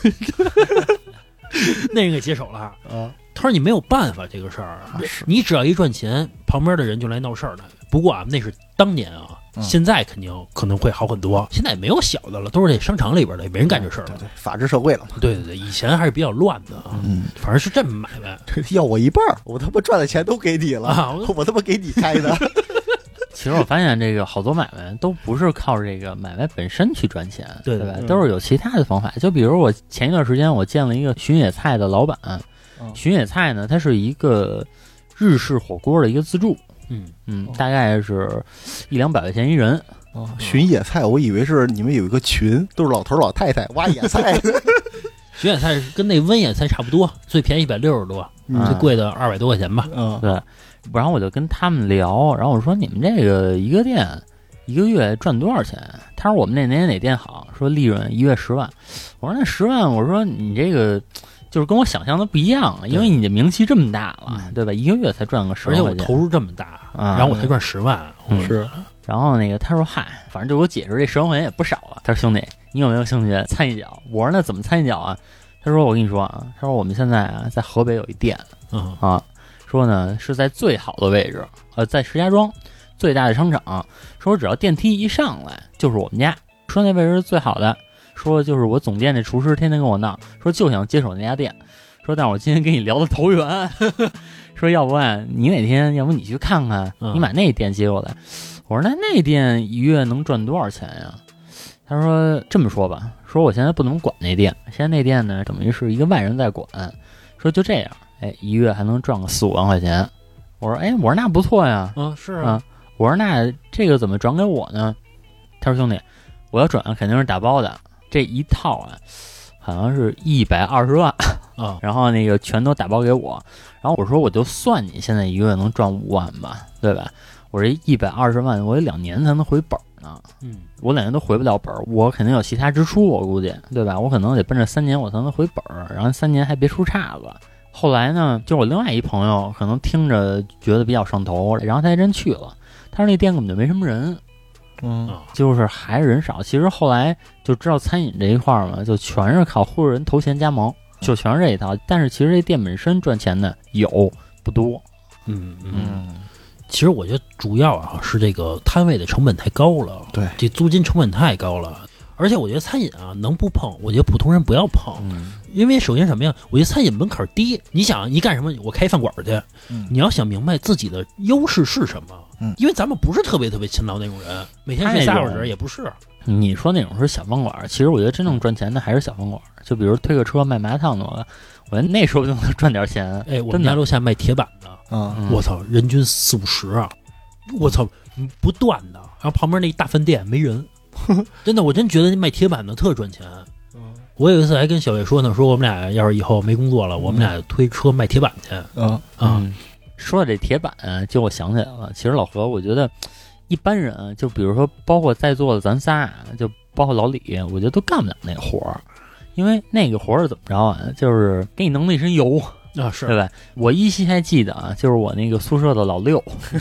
那人给接手了。 啊， 他说你没有办法这个事儿，你只要一赚钱，旁边的人就来闹事儿来。不过啊，那是当年啊。 嗯、 现在肯定可能会好很多，现在也没有小的了，都是这商场里边的，也没人干这事儿了。 对对，法治社会了嘛。 对对对，以前还是比较乱的啊。嗯，反正是这么买卖， 要我一半，我他妈赚的钱都给你了，啊、我他妈给你开的。 其实我发现这个好多买卖都不是靠这个买卖本身去赚钱， 对对吧？都是有其他的方法。就比如我前一段时间我见了一个巡野菜的老板， 嗯、 巡野菜呢，它是一个日式火锅的一个自助， 嗯嗯，大概是一两百块钱一人。 哦，巡野菜，我以为是你们有一个群，都是老头老太太挖野菜的。 巡野菜跟那温野菜差不多，最便宜一百六十多，嗯、最贵的二百多块钱吧。 嗯， 对。然后我就跟他们聊，然后我说你们这个一个店一个月赚多少钱？他说我们那哪哪店好，说利润一月十万。我说那十万，我说你这个就是跟我想象的不一样，因为你的名气这么大了， 嗯、 对吧？一个月才赚个十万块钱， 而且我投入这么大， 嗯、 然后我才赚十万， 嗯、 是。 然后那个他说嗨，反正就给我解释这十万块钱也不少了。他说兄弟，你有没有兴趣参一脚？我说那怎么参一脚啊？他说我跟你说啊，他说我们现在啊在河北有一店， 嗯啊，说呢是在最好的位置，呃，在石家庄最大的商场。说只要电梯一上来就是我们家，说那位置是最好的，说就是我总店那厨师天天跟我闹，说就想接手那家店，说但是我今天跟你聊的投缘，说要不然你哪天要不你去看看，你把那店接过来。我说那那店一月能赚多少钱呀？他说这么说吧，说我现在不能管那店，现在那店呢等于是一个外人在管，说就这样，哎，一月还能赚个四五万块钱。我说哎，我说那不错呀， 嗯是啊，我说那这个怎么转给我呢？他说兄弟，我要转肯定是打包的，这一套啊好像是一百二十万啊， 然后那个全都打包给我，然后我说我就算你现在一个月能赚五万吧，对吧？我这一百二十万，我得两年才能回本呢。 嗯， 我两年都回不了本，我肯定有其他支出，我估计，对吧？我可能得奔着三年我才能回本，然后三年还别出岔子。后来呢，就我另外一朋友可能听着觉得比较上头，然后他还真去了。他说那店根本就没什么人， 嗯， 就是还是人少。其实后来就知道餐饮这一块嘛，就全是靠忽悠人投钱加盟，就全是这一套。但是其实这店本身赚钱的有不多， 嗯嗯。其实我觉得主要啊是这个摊位的成本太高了， 对， 这租金成本太高了。而且我觉得餐饮啊能不碰，我觉得普通人不要碰， 嗯， 因为首先什么呀？我觉得餐饮门槛低。你想你干什么？我开饭馆去， 嗯， 你要想明白自己的优势是什么， 嗯， 因为咱们不是特别特别勤劳那种人，每天睡仨小时也不是。 你说那种是小饭馆，其实我觉得真正赚钱的还是小饭馆，就比如推个车卖麻辣烫的，我觉得那时候就能赚点钱。 哎，我们家楼下卖铁板的， 嗯， 我操，人均四五十啊！我操，不断的。然后旁边那大饭店没人，真的，我真觉得卖铁板的特赚钱。我有一次还跟小月说呢，说我们俩要是以后没工作了，我们俩推车卖铁板去。 嗯啊、 嗯，说到这铁板，就我想起来了，其实老何，我觉得一般人，就比如说包括在座的咱仨，就包括老李，我觉得都干不了那活儿，因为那个活儿是怎么着啊？就是给你弄那身油。 啊，是对吧？我依稀还记得啊，就是我那个宿舍的老六，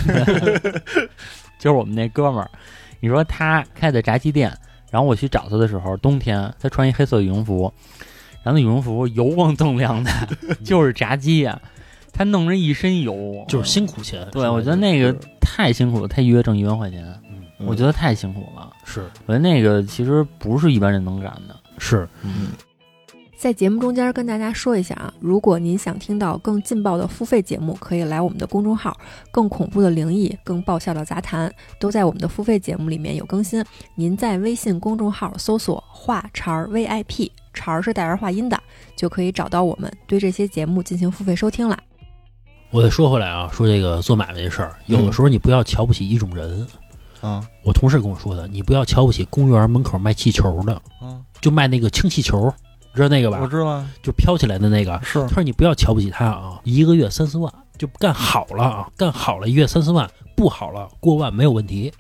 就是我们那哥们儿。你说他开的炸鸡店，然后我去找他的时候，冬天他穿一黑色羽绒服，然后那羽绒服油光锃亮的，就是炸鸡啊，他弄着一身油， 就是辛苦钱。 对，我觉得那个太辛苦了，他一月挣一万块钱， 嗯， 我觉得太辛苦了。 是， 我觉得那个其实不是一般人能干的。 是， 嗯。 在节目中间跟大家说一下啊，如果您想听到更劲爆的付费节目，可以来我们的公众号，更恐怖的灵异，更爆笑的杂谈，都在我们的付费节目里面有更新。您在微信公众号搜索话茬 V I P， 茬是带儿化音的，就可以找到我们，对这些节目进行付费收听了。 我再说回来啊，说这个做买卖这事儿，有的时候你不要瞧不起一种人。 啊、嗯， 我同事跟我说的，你不要瞧不起公园门口卖气球的， 嗯， 就卖那个氢气球。知道那个吧？ 我知道， 就飘起来的那个。 是， 他说你不要瞧不起他啊，一个月三四万，就干好了啊，干好了一月三四万，不好了过万没有问题。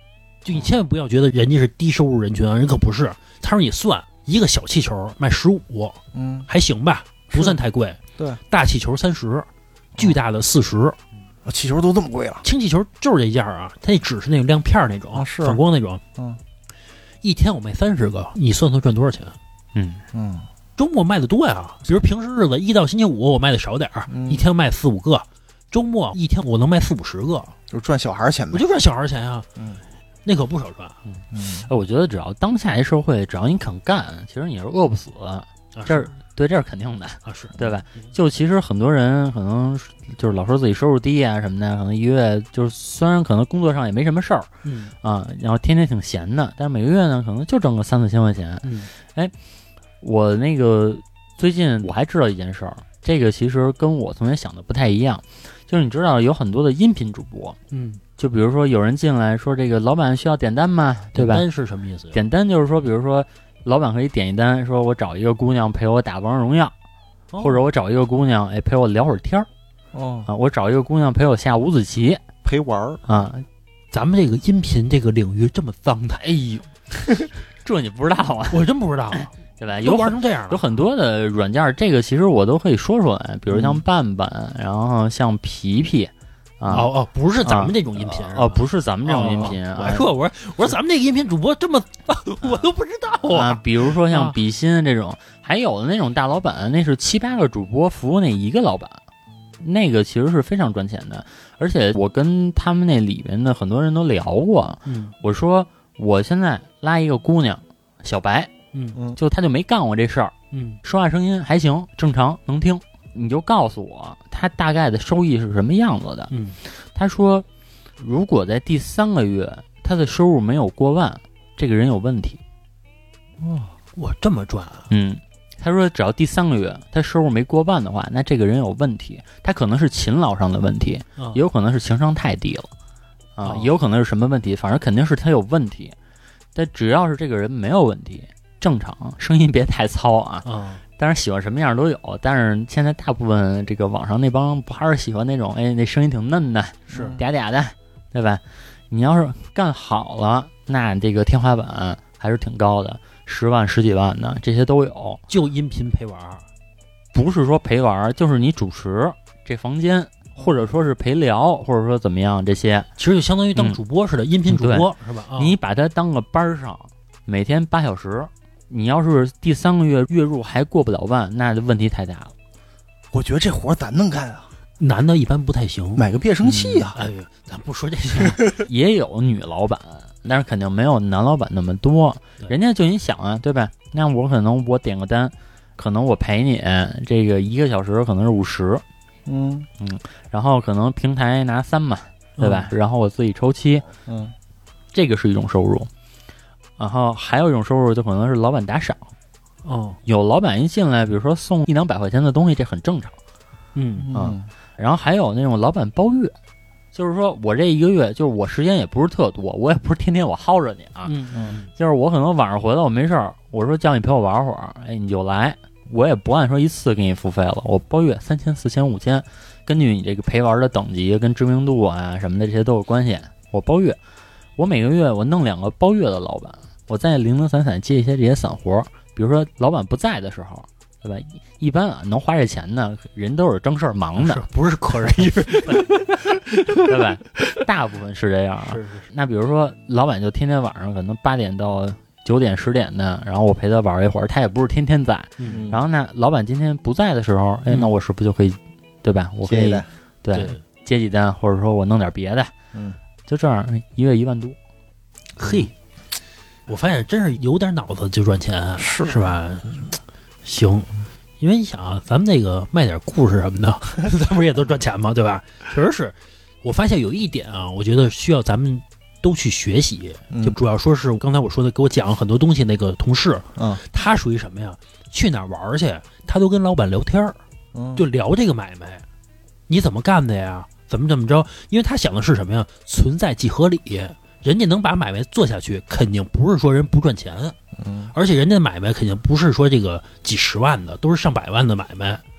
就你千万不要觉得人家是低收入人群啊，人可不是。他说你算一个小气球卖十五， 嗯， 还行吧，不算太贵。 对， 大气球三十，巨大的四十。 气球都这么贵了， 氢气球就是这价啊，它那只是那种亮片那种， 啊是反光那种。 嗯， 一天我卖三十个，你算算赚多少钱？ 嗯嗯， 周末卖的多呀，比如平时日子一到星期五我卖的少点儿， 嗯一天卖四五个，周末一天我能卖四五十个， 就是赚小孩钱呗。 我就赚小孩钱啊。 嗯， 那可不少赚。 嗯， 哎我觉得只要当下一社会，只要你肯干，其实你是饿不死。 啊这是对，这是肯定的， 啊是， 对吧？就其实很多人可能就是老说自己收入低啊什么的，可能一个月就是虽然可能工作上也没什么事儿嗯啊，然后天天挺闲的，但是每个月呢可能就挣个三四千块钱。 嗯， 哎，我那个最近我还知道一件事儿，这个其实跟我从前想的不太一样，就是你知道有很多的音频主播， 嗯， 就比如说有人进来说这个老板需要点单吗？对吧？ 单是什么意思？ 点单就是说，比如说老板可以点一单，说我找一个姑娘陪我打王者荣耀， 哦或者我找一个姑娘哎陪我聊会儿天儿哦， 啊，我找一个姑娘陪我下五子棋陪玩儿， 啊。 咱们这个音频这个领域这么脏的， 哎呦，这你不知道啊， 我真不知道啊， 对吧？ 都有玩成这样了。 有很多的软件，这个其实我都可以说出来，比如像伴伴，然后像皮皮啊。 哦哦，不是咱们这种音频哦，不是是咱们这种音频吧。我啊还说我说我说咱们这个音频主播这么脏，我都不知道啊， 啊。 比如说像啊比心这种，还有的那种大老板，那是七八个主播服务那一个老板，那个其实是非常赚钱的。而且我跟他们那里面的很多人都聊过， 嗯我说我现在拉一个姑娘小白， 嗯嗯， 就她就没干过这事儿， 嗯说话声音还行，正常能听，你就告诉我她大概的收益是什么样子的。 嗯他说，如果在第三个月他的收入没有过万，这个人有问题。 哦，我这么赚啊？ 嗯，他说只要第三个月他收入没过万的话，那这个人有问题。他可能是勤劳上的问题， 啊也有可能是情商太低了啊， 哦也有可能是什么问题，反正肯定是他有问题。但只要是这个人没有问题，正常，声音别太糙啊。 啊当然喜欢什么样都有，但是现在大部分这个网上那帮不还是喜欢那种，哎，那声音挺嫩的， 是嗲嗲的，对吧？你要是干好了，那这个天花板还是挺高的，十万、十几万的这些都有。 就音频陪玩儿。 不是说陪玩，就是你主持这房间，或者说是陪聊，或者说怎么样这些， 其实就相当于当嗯主播似的，音频主播是吧？啊你把它当个班儿上，每天八小时。你要是第三个月月入还过不了万，那就问题太大了。 我觉得这活儿咱能干啊， 男的一般不太行。 买个变声器呀。 哎呦，咱不说这些。 也有女老板，但是肯定没有男老板那么多。 对人家就你想啊，对吧？那我可能我点个单，可能我陪你这个一个小时可能是五十， 嗯然后可能平台拿三嘛，对吧？然后我自己抽七， 嗯这个是一种收入。然后还有一种收入，就可能是老板打赏。 哦， 有老板一进来，比如说送一两百块钱的东西，这很正常。 嗯啊然后还有那种老板包月，就是说我这一个月，就是我时间也不是特多，我也不是天天我薅着你啊， 嗯嗯就是我可能晚上回来我没事儿，我说叫你陪我玩会儿，哎，你就来，我也不按说一次给你付费了，我包月三千、四千、五千，根据你这个陪玩的等级跟知名度啊什么的这些都有关系，我包月，我每个月我弄两个包月的老板，我再零零散散接一些这些散活，比如说老板不在的时候。对吧？一般啊，能花这钱呢，人都是正事儿忙的， 是不是客人一人？ 对吧？大部分是这样啊。 是是是。 那比如说，老板就天天晚上可能八点到九点、十点的，然后我陪他玩一会儿，他也不是天天在。 嗯然后呢，老板今天不在的时候，哎， 嗯那我是不是就可以，对吧？我可以接一单对对， 接几单，或者说我弄点别的， 嗯， 就这样，一月一万多。 嘿，我发现真是有点脑子就赚钱， 是是吧？行，因为你想啊，咱们那个卖点故事什么的，咱不是也都赚钱吗？对吧？确实是。我发现有一点啊，我觉得需要咱们都去学习， 嗯就主要说是刚才我说的，给我讲很多东西那个同事， 嗯他属于什么呀？去哪儿玩去，他都跟老板聊天儿， 嗯， 就聊这个买卖，你怎么干的呀？怎么怎么着？因为他想的是什么呀？存在即合理。人家能把买卖做下去，肯定不是说人不赚钱， 嗯而且人家的买卖肯定不是说这个几十万的，都是上百万的买卖，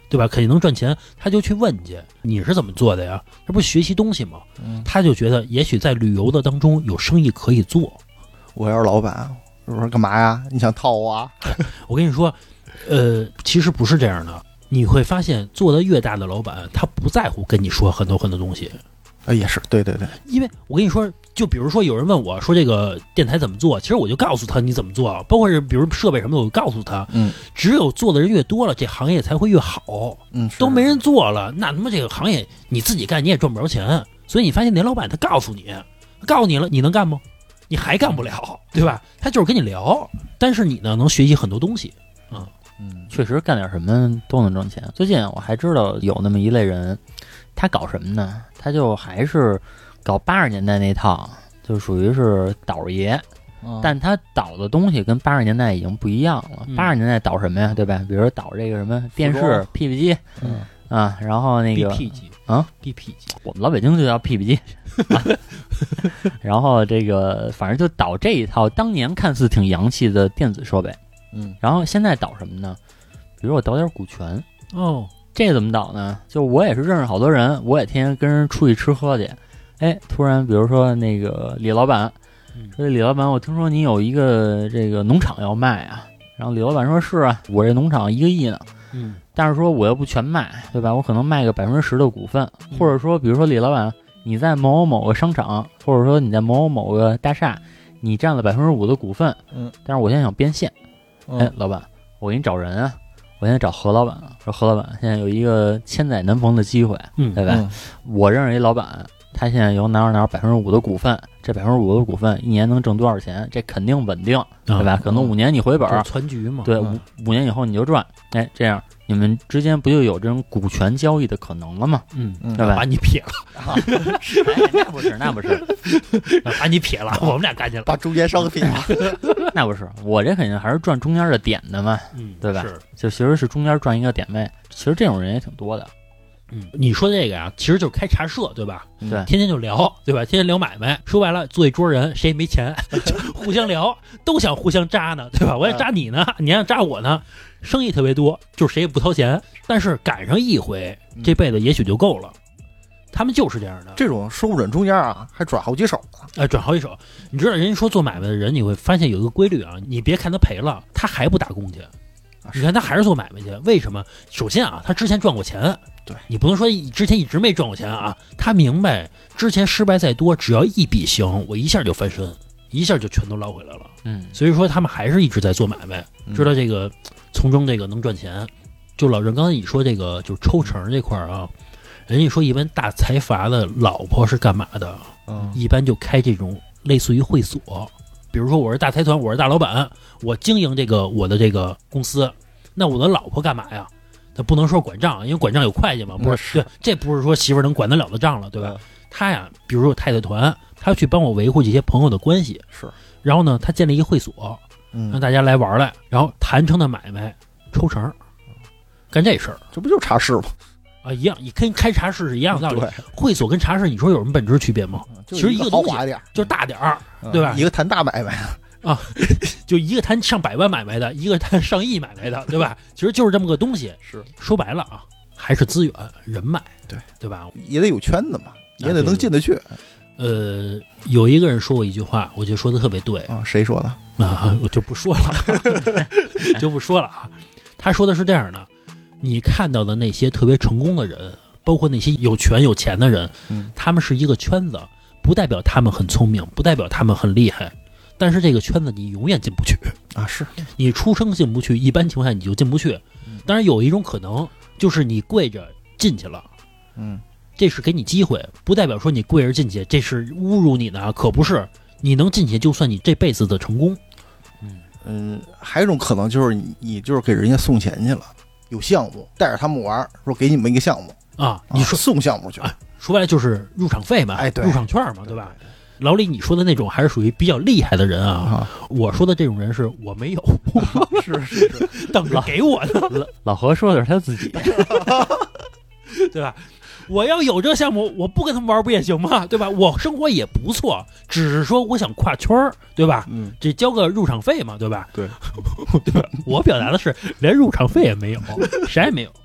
对吧？肯定能赚钱，他就去问去，你是怎么做的呀？这不是学习东西吗？ 嗯， 他就觉得也许在旅游的当中有生意可以做。 我要是老板，我说干嘛呀？你想套我啊？ 我跟你说，呃，其实不是这样的。你会发现，做的越大的老板，他不在乎跟你说很多很多东西。 啊，也是，对对对， 因为我跟你说，就比如说有人问我说这个电台怎么做，其实我就告诉他你怎么做，包括是比如设备什么的，我就告诉他。 嗯， 只有做的人越多了，这行业才会越好。 嗯， 都没人做了，那他妈这个行业你自己干你也赚不着钱。所以你发现那老板他告诉你，告诉你了，你能干吗？你还干不了，对吧？他就是跟你聊，但是你呢能学习很多东西。啊、 嗯，嗯， 确实干点什么都能挣钱。最近我还知道有那么一类人，他搞什么呢？他就还是搞八十年代那套，就属于是倒爷， 嗯但他导的东西跟八十年代已经不一样了。 嗯八十年代导什么呀，对吧？比如说导这个什么电视 P P 机， 嗯啊，然后那个 B P 机啊 B P 机， 我们老北京就叫 P P 机，啊、然后这个反正就导这一套当年看似挺洋气的电子设备。 嗯然后现在导什么呢？比如我导点股权。 哦， 这怎么导呢？就我也是认识好多人，我也天天跟人出去吃喝去。哎，突然比如说那个李老板嗯说：“李老板，我听说你有一个这个农场要卖啊。”然后李老板说：“是啊，我这农场一个亿呢， 嗯但是说我又不全卖，对吧？我可能卖个百分之十的股份，或者说，比如说李老板你在某某某个商场，或者说你在某某某个大厦，你占了百分之五的股份， 嗯， 但是我现在想变现。 嗯哎，老板，我给你找人啊。”我现在找何老板了，说何老板现在有一个千载难逢的机会， 嗯， 对吧？ 嗯我认识一老板，他现在有哪儿哪儿百分之五的股份，这百分之五的股份一年能挣多少钱？这肯定稳定，对吧？可能五年你回本， 就是全局嘛。 对， 嗯五五年以后你就赚。哎，这样你们之间不就有这种股权交易的可能了吗？ 嗯， 嗯对吧把你撇了， 哎，那不是，那不是， 把你撇了，我们俩干去了。 把中间商撇了。 那不是，我这肯定还是赚中间的点的嘛， 嗯， 对吧？ 是。 就其实是中间赚一个点位，其实这种人也挺多的。 嗯，你说这个呀，其实就是开茶社，对吧？ 嗯对天天就聊，对吧？天天聊买卖，说白了，坐一桌人，谁也没钱，就互相聊，都想互相扎呢，对吧？我想扎你呢，你想扎我呢，生意特别多，就是谁也不掏钱，但是赶上一回，这辈子也许就够了。他们就是这样的， 这种收不准中间啊，还转好几手呢。 哎，转好几手。你知道，人家说做买卖的人，你会发现有一个规律啊，你别看他赔了，他还不打工去。你看他还是做买卖去，为什么？首先啊，他之前赚过钱， 对你不能说之前一直没赚过钱啊。他明白之前失败再多，只要一笔行，我一下就翻身，一下就全都捞回来了。 嗯， 所以说他们还是一直在做买卖，知道这个从中这个能赚钱。就老郑刚才你说这个就是抽成这块啊，人家说一般大财阀的老婆是干嘛的？ 嗯一般就开这种类似于会所。比如说我是大财团，我是大老板，我经营这个我的这个公司，那我的老婆干嘛呀？她不能说管账，因为管账有会计嘛，不是？对，这不是说媳妇儿能管得了的账了，对吧？她呀，比如说太太团，她去帮我维护这些朋友的关系， 是。 然后呢，她建立一个会所，让嗯， 大家来玩来，然后谈成的买卖抽成，干这事儿这不就是茶室吗？ 啊，一样，你跟开茶室是一样的道理。 对， 会所跟茶室，你说有什么本质区别吗？ 就其实一个一个东西豪华点儿， 就是大点儿， 嗯对吧一个谈大买卖， 就一个谈上百万买卖的，一个谈上亿买卖的，对吧？其实就是这么个东西。 是说白了啊，还是资源、人脉， 对对吧？ 也得有圈子嘛，也得能进得去呃，有一个人说过一句话，我觉得说的特别对啊。谁说的？ 啊，我就不说了，就不说了啊。他说的是这样的：你看到的那些特别成功的人，包括那些有权有钱的人， 嗯， 他们是一个圈子，不代表他们很聪明，不代表他们很厉害。但是这个圈子你永远进不去啊，是你出生进不去，一般情况下你就进不去。当然有一种可能就是你跪着进去了， 嗯， 这是给你机会，不代表说你跪着进去这是侮辱你的，可不是。你能进去就算你这辈子的成功。 嗯，还有一种可能就是你你就是给人家送钱去了，有项目带着他们玩，说给你们一个项目啊，你说、 啊、送项目去， 啊，说白了就是入场费嘛， 哎，对， 入场券嘛，对吧？老李，你说的那种还是属于比较厉害的人啊。 啊我说的这种人是我没有， 是是是， 等着给我的， 老老何说的是他自己， 对吧？我要有这个项目，我不跟他们玩不也行吗？对吧？我生活也不错，只是说我想跨圈儿，对吧？ 嗯， 这交个入场费嘛，对吧？ 对， 对吧？我表达的是连入场费也没有，啥也没有。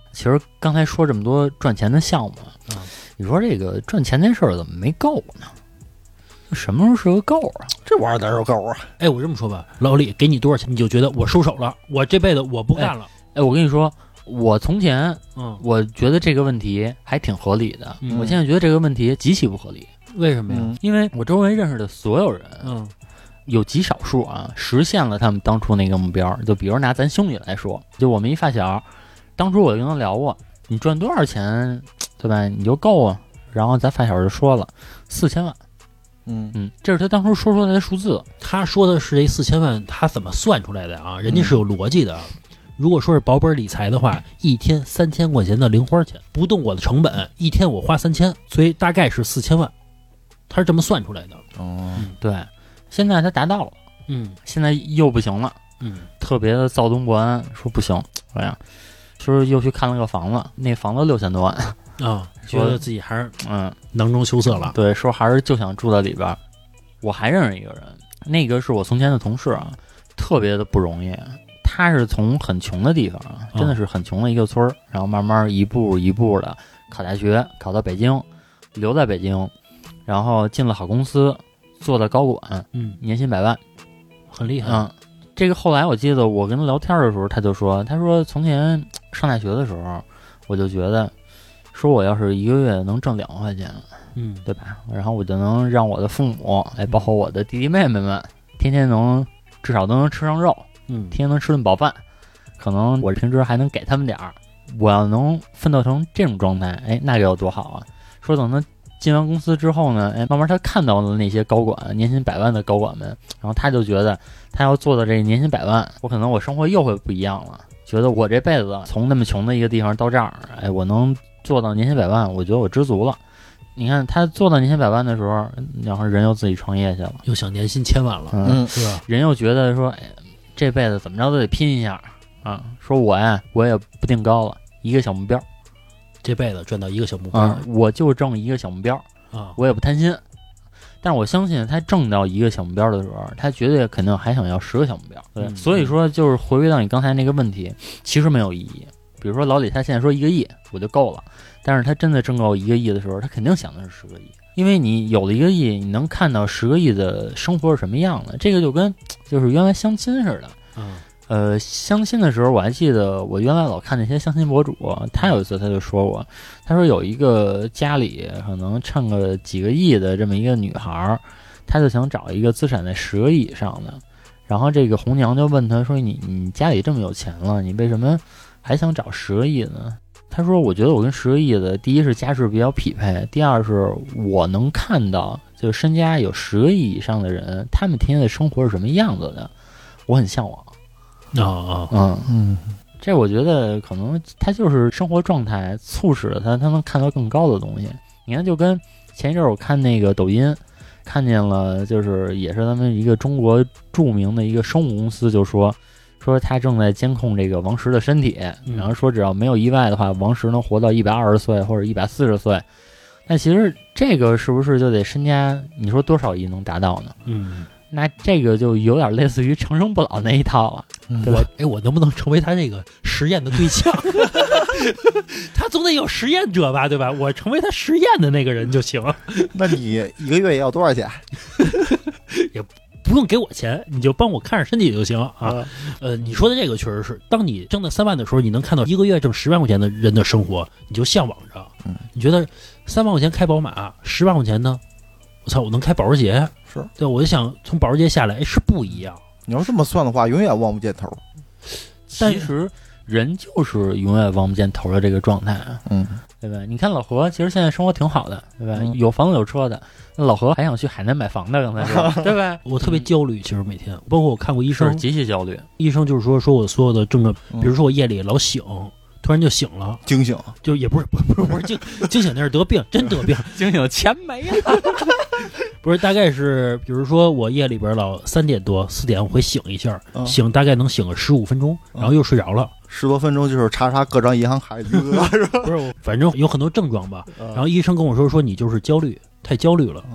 其实刚才说这么多赚钱的项目， 嗯， 你说这个赚钱这事儿怎么没够呢？什么时候是个够啊？ 这玩意儿哪有够啊？ 哎，我这么说吧，老李给你多少钱，你就觉得我收手了，我这辈子我不干了。 哎，我跟你说，我从前嗯， 我觉得这个问题还挺合理的， 嗯我现在觉得这个问题极其不合理， 为什么呀？ 嗯因为我周围认识的所有人， 嗯有极少数啊实现了他们当初那个目标。就比如拿咱兄弟来说，就我们一发小，当初我跟他聊过，你赚多少钱，对吧？你就够啊。然后咱发小就说了，四千万。 嗯嗯，这是他当初说出来的数字。 他说的是这四千万，他怎么算出来的啊？人家是有逻辑的。如果说是保本理财的话，一天三千块钱的零花钱，不动我的成本，一天我花三千，所以大概是四千万，他是这么算出来的。 哦， 对，现在他达到了， 嗯现在又不行了， 嗯特别的躁动不安，说不行，哎呀，说又去看了个房子，那房子六千多万， 啊，觉得自己还是嗯， 囊中羞涩了。 对，说还是就想住在里边儿。我还认识一个人，那个是我从前的同事啊，特别的不容易。他是从很穷的地方啊，真的是很穷的一个村儿，然后慢慢一步一步的考大学，考到北京，留在北京，然后进了好公司，做到高管， 嗯， 年薪百万， 很厉害。 嗯，这个后来我记得我跟他聊天的时候，他就说，他说从前上大学的时候，我就觉得，说我要是一个月能挣两万块钱， 嗯， 对吧？然后我就能让我的父母，哎，包括我的弟弟妹妹们，天天能至少都能吃上肉， 嗯， 天天能吃顿饱饭，可能我平时还能给他们点儿。我要能奋斗成这种状态，哎，那该有多好啊！说等他进完公司之后呢，哎，慢慢他看到了那些高管，年薪百万的高管们，然后他就觉得他要做到这年薪百万，我可能我生活又会不一样了。觉得我这辈子从那么穷的一个地方到这儿，哎，我能做到年薪百万，我觉得我知足了。你看他做到年薪百万的时候，然后人又自己创业去了， 又想年薪千万了， 嗯， 是吧？ 人又觉得说，哎，这辈子怎么着都得拼一下啊！说我呀，我也不定高了，一个小目标这辈子赚到一个小目标啊，我就挣一个小目标， 啊， 我也不贪心。但是我相信他挣到一个小目标的时候，他绝对肯定还想要十个小目标。对， 嗯所以说就是回归到你刚才那个问题，其实没有意义。比如说老李他现在说一个亿我就够了，但是他真的挣够一个亿的时候，他肯定想的是十个亿，因为你有了一个亿，你能看到十个亿的生活是什么样的。这个就跟就是原来相亲似的， 嗯呃，相亲的时候我还记得我原来老看那些相亲博主，他有一次他就说过，他说有一个家里可能趁个几个亿的这么一个女孩，他就想找一个资产在十个亿以上的，然后这个红娘就问他说，你你家里这么有钱了，你为什么还想找十个亿呢？他说我觉得我跟十个亿的，第一是家世比较匹配，第二是我能看到就是身家有十个亿以上的人，他们天天的生活是什么样子的，我很向往。 啊啊， 嗯嗯， 这我觉得可能他就是生活状态促使了他，他能看到更高的东西。你看，就跟前一阵我看那个抖音，看见了，就是也是他们一个中国著名的一个生物公司，就说说他正在监控这个王石的身体， 嗯然后说只要没有意外的话，王石能活到一百二十岁或者一百四十岁。那其实这个是不是就得身家？你说多少亿能达到呢？ 嗯， 那这个就有点类似于长生不老那一套了。对吧我哎，我能不能成为他这个实验的对象？他总得有实验者吧，对吧？我成为他实验的那个人就行， 那你一个月要多少钱？ 不用给我钱，你就帮我看着身体就行啊。呃，你说的这个确实是，当你挣到三万的时候，你能看到一个月挣十万块钱的人的生活，你就向往着。 嗯， 你觉得三万块钱开宝马，十万块钱呢？我操，我能开保时捷， 是对，我就想从保时捷下来，哎，是不一样。 你要这么算的话，永远望不见头。 但其实人就是永远望不见头的这个状态啊， 嗯， 对吧？你看老何，其实现在生活挺好的，对吧？ 嗯有房子有车的，那老何还想去海南买房的，刚才说，对吧？ 我特别焦虑，其实每天，包括我看过医是生， 极其焦虑， 医生就是说，说我所有的症状， 嗯比如说我夜里老醒，突然就醒了， 惊醒， 就也不是不是不是不是惊惊醒，那是得病，真得病。 惊醒钱没了， 不是，大概是，比如说我夜里边老三点多四点我会醒一下， 嗯醒大概能醒个十五分钟，然后又睡着了。 十多分钟就是查查各张银行卡余额，是吧？ 不是，我反正有很多症状吧。 然然后医生跟我说，说你就是焦虑，太焦虑了。 嗯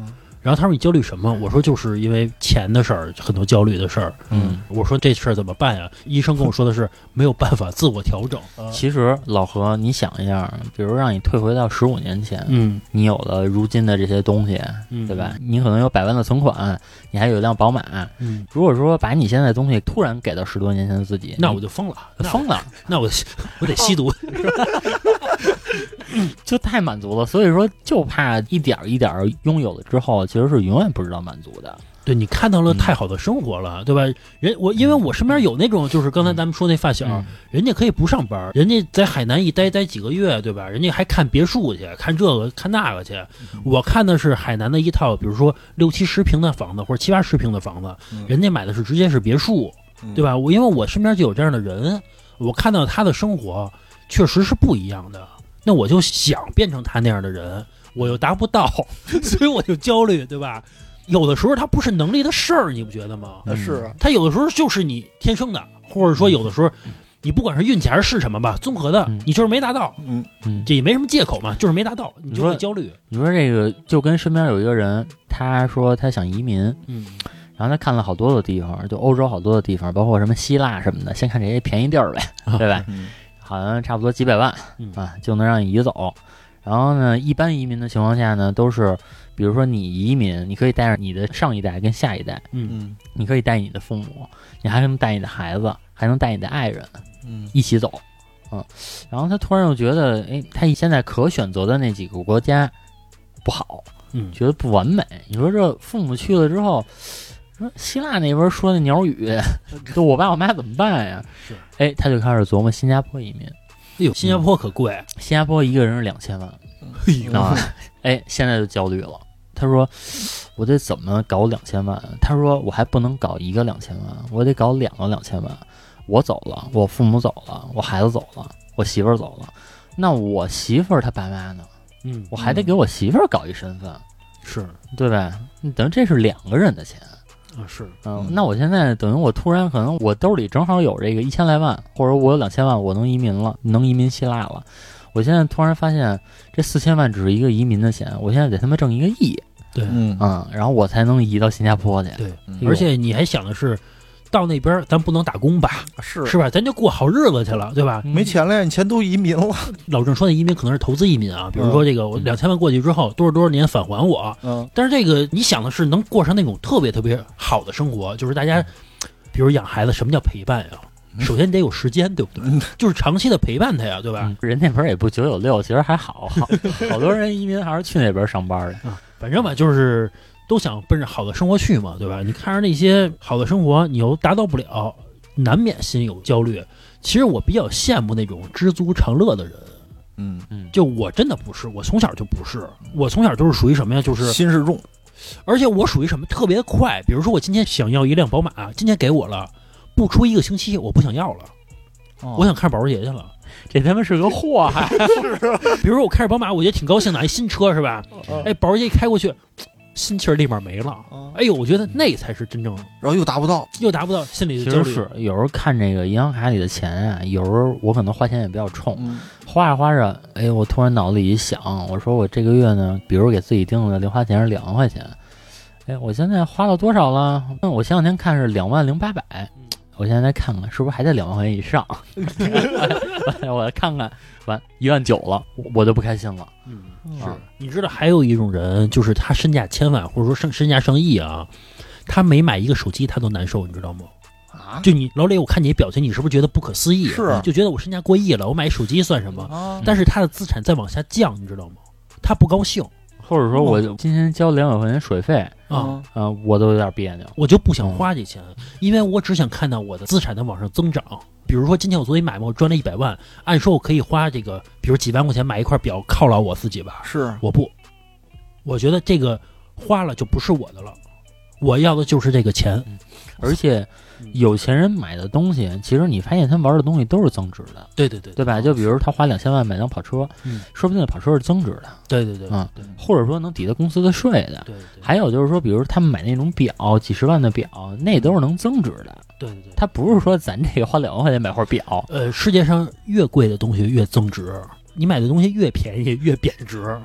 然后他说你焦虑什么？我说就是因为钱的事儿，很多焦虑的事儿。 嗯， 我说这事儿怎么办呀？医生跟我说的是没有办法自我调整。 其实老何，你想一下，比如让你退回到十五年前， 嗯， 你有了如今的这些东西， 嗯对吧？你可能有百万的存款，你还有一辆宝马。 嗯， 如果说把你现在的东西突然给到十多年前的自己， 那我就疯了， 你疯了， 那我我得吸毒， 就太满足了。所以说，就怕一点一点拥有了之后，其实是永远不知道满足的。 对，你看到了太好的生活了，嗯、对吧？人我因为我身边有那种，就是刚才咱们说那发小，嗯、人家可以不上班，人家在海南一待待几个月，对吧？人家还看别墅去，看这个看那个去。嗯、我看的是海南的一套，比如说六七十平的房子或者七八十平的房子，嗯、人家买的是直接是别墅，嗯、对吧？我因为我身边就有这样的人，我看到他的生活确实是不一样的，那我就想变成他那样的人，我又达不到，所以我就焦虑，对吧？有的时候它不是能力的事儿，你不觉得吗？ 嗯、是， 它有的时候就是你天生的，或者说有的时候你不管是运气还是是什么吧，综合的，你就是没达到， 嗯嗯，这也没什么借口嘛，就是没达到，你就会焦虑。 你说这个就跟身边有一个人，他说他想移民， 嗯， 然后他看了好多的地方，就欧洲好多的地方，包括什么希腊什么的，先看这些便宜地儿呗，对吧？ 嗯、 好像差不多几百万啊就能让你移走。然后呢，一般移民的情况下呢，都是比如说你移民，你可以带着你的上一代跟下一代， 嗯， 你可以带你的父母，你还能带你的孩子，还能带你的爱人， 嗯， 一起走，嗯。然后他突然又觉得，哎，他现在可选择的那几个国家不好， 嗯， 觉得不完美。你说这父母去了之后，说希腊那边说的鸟语，就我爸我妈怎么办呀？ 是， 哎，他就开始琢磨新加坡移民。 哎呦，新加坡可贵， 嗯、新加坡一个人是两千万，啊，哎，现在就焦虑了。他说：“我得怎么搞两千万？”他说：“我还不能搞一个两千万，我得搞两个两千万。我走了，我父母走了，我孩子走了，我媳妇儿走了，那我媳妇儿她爸妈呢？ 嗯， 我还得给我媳妇儿搞一身份， 是对吧？等于这是两个人的钱。” 啊，是， 嗯，那我现在等于我突然可能我兜里正好有这个一千来万，或者我有两千万，我能移民了，能移民希腊了。我现在突然发现，这四千万只是一个移民的钱，我现在得他妈挣一个亿， 对， 嗯嗯，然后我才能移到新加坡去。 对，而且你还想的是，到那边咱不能打工吧？ 是是吧？咱就过好日子去了，对吧？ 没钱了呀，你钱都移民了。 老郑说的移民可能是投资移民啊，比如说这个我两千万过去之后，多少多少年返还我。 嗯， 但是这个你想的是能过上那种特别特别好的生活，就是大家，比如养孩子，什么叫陪伴呀？首先得有时间，对不对？就是长期的陪伴他呀，对吧？ 嗯、人那边也不九九六，其实还好，好, 好多人移民还是去那边上班的。 啊，反正吧，就是都想奔着好的生活去嘛，对吧？你看着那些好的生活，你又达到不了，难免心有焦虑。其实我比较羡慕那种知足常乐的人。 嗯嗯， 就我真的不是，我从小就不是，我从小就是属于什么呀？就是心事重， 而且我属于什么特别快。比如说我今天想要一辆宝马，今天给我了。不出一个星期，我不想要了，哦、我想看保时捷去了。 这他妈是个祸害！ 比如说我开着宝马，我觉得挺高兴的，一新车是吧？ 哦、 哎，保时捷一开过去，心气儿立马没了。 哦、 哎呦，我觉得那才是真正， 然后又达不到， 又达不到，心里就焦虑。 其实是有时候看这个银行卡里的钱啊，有时候我可能花钱也比较冲， 嗯、 花着花着，哎，我突然脑子里一想，我说我这个月呢，比如给自己定的零花钱是两万块钱，哎，我现在花了多少了？那我前两天看是两万零八百。我现在再看看是不是还在两万块钱以上，我看看，完一万九了，我就不开心了。 嗯，是，你知道还有一种人，就是他身价千万或者说身身价上亿啊，他每买一个手机他都难受，你知道吗？ 啊， 就你老李，我看你表情，你是不是觉得不可思议？ 是， 就觉得我身价过亿了，我买手机算什么？ 啊、 但是他的资产在往下降，你知道吗？他不高兴。 或者说我今天交两百块钱水费啊啊，我都有点别扭， 我就不想花这钱，因为我只想看到我的资产在往上增长。比如说今天我做一买卖，我赚了一百万，按说我可以花这个，比如几万块钱买一块表犒劳我自己吧。 是， 我不，我觉得这个花了就不是我的了，我要的就是这个钱。 嗯、而且有钱人买的东西，其实你发现他玩的东西都是增值的。 对对对， 对吧？就比如他花两千万买辆跑车， 嗯， 说不定跑车是增值的。 对对对， 嗯，或者说能抵得公司的税的。 对对。 还有就是说，比如他们买那种表，几十万的表，那都是能增值的。 对对对， 他不是说咱这个花两万块钱买块表。 呃，世界上越贵的东西越增值，你买的东西越便宜越贬值。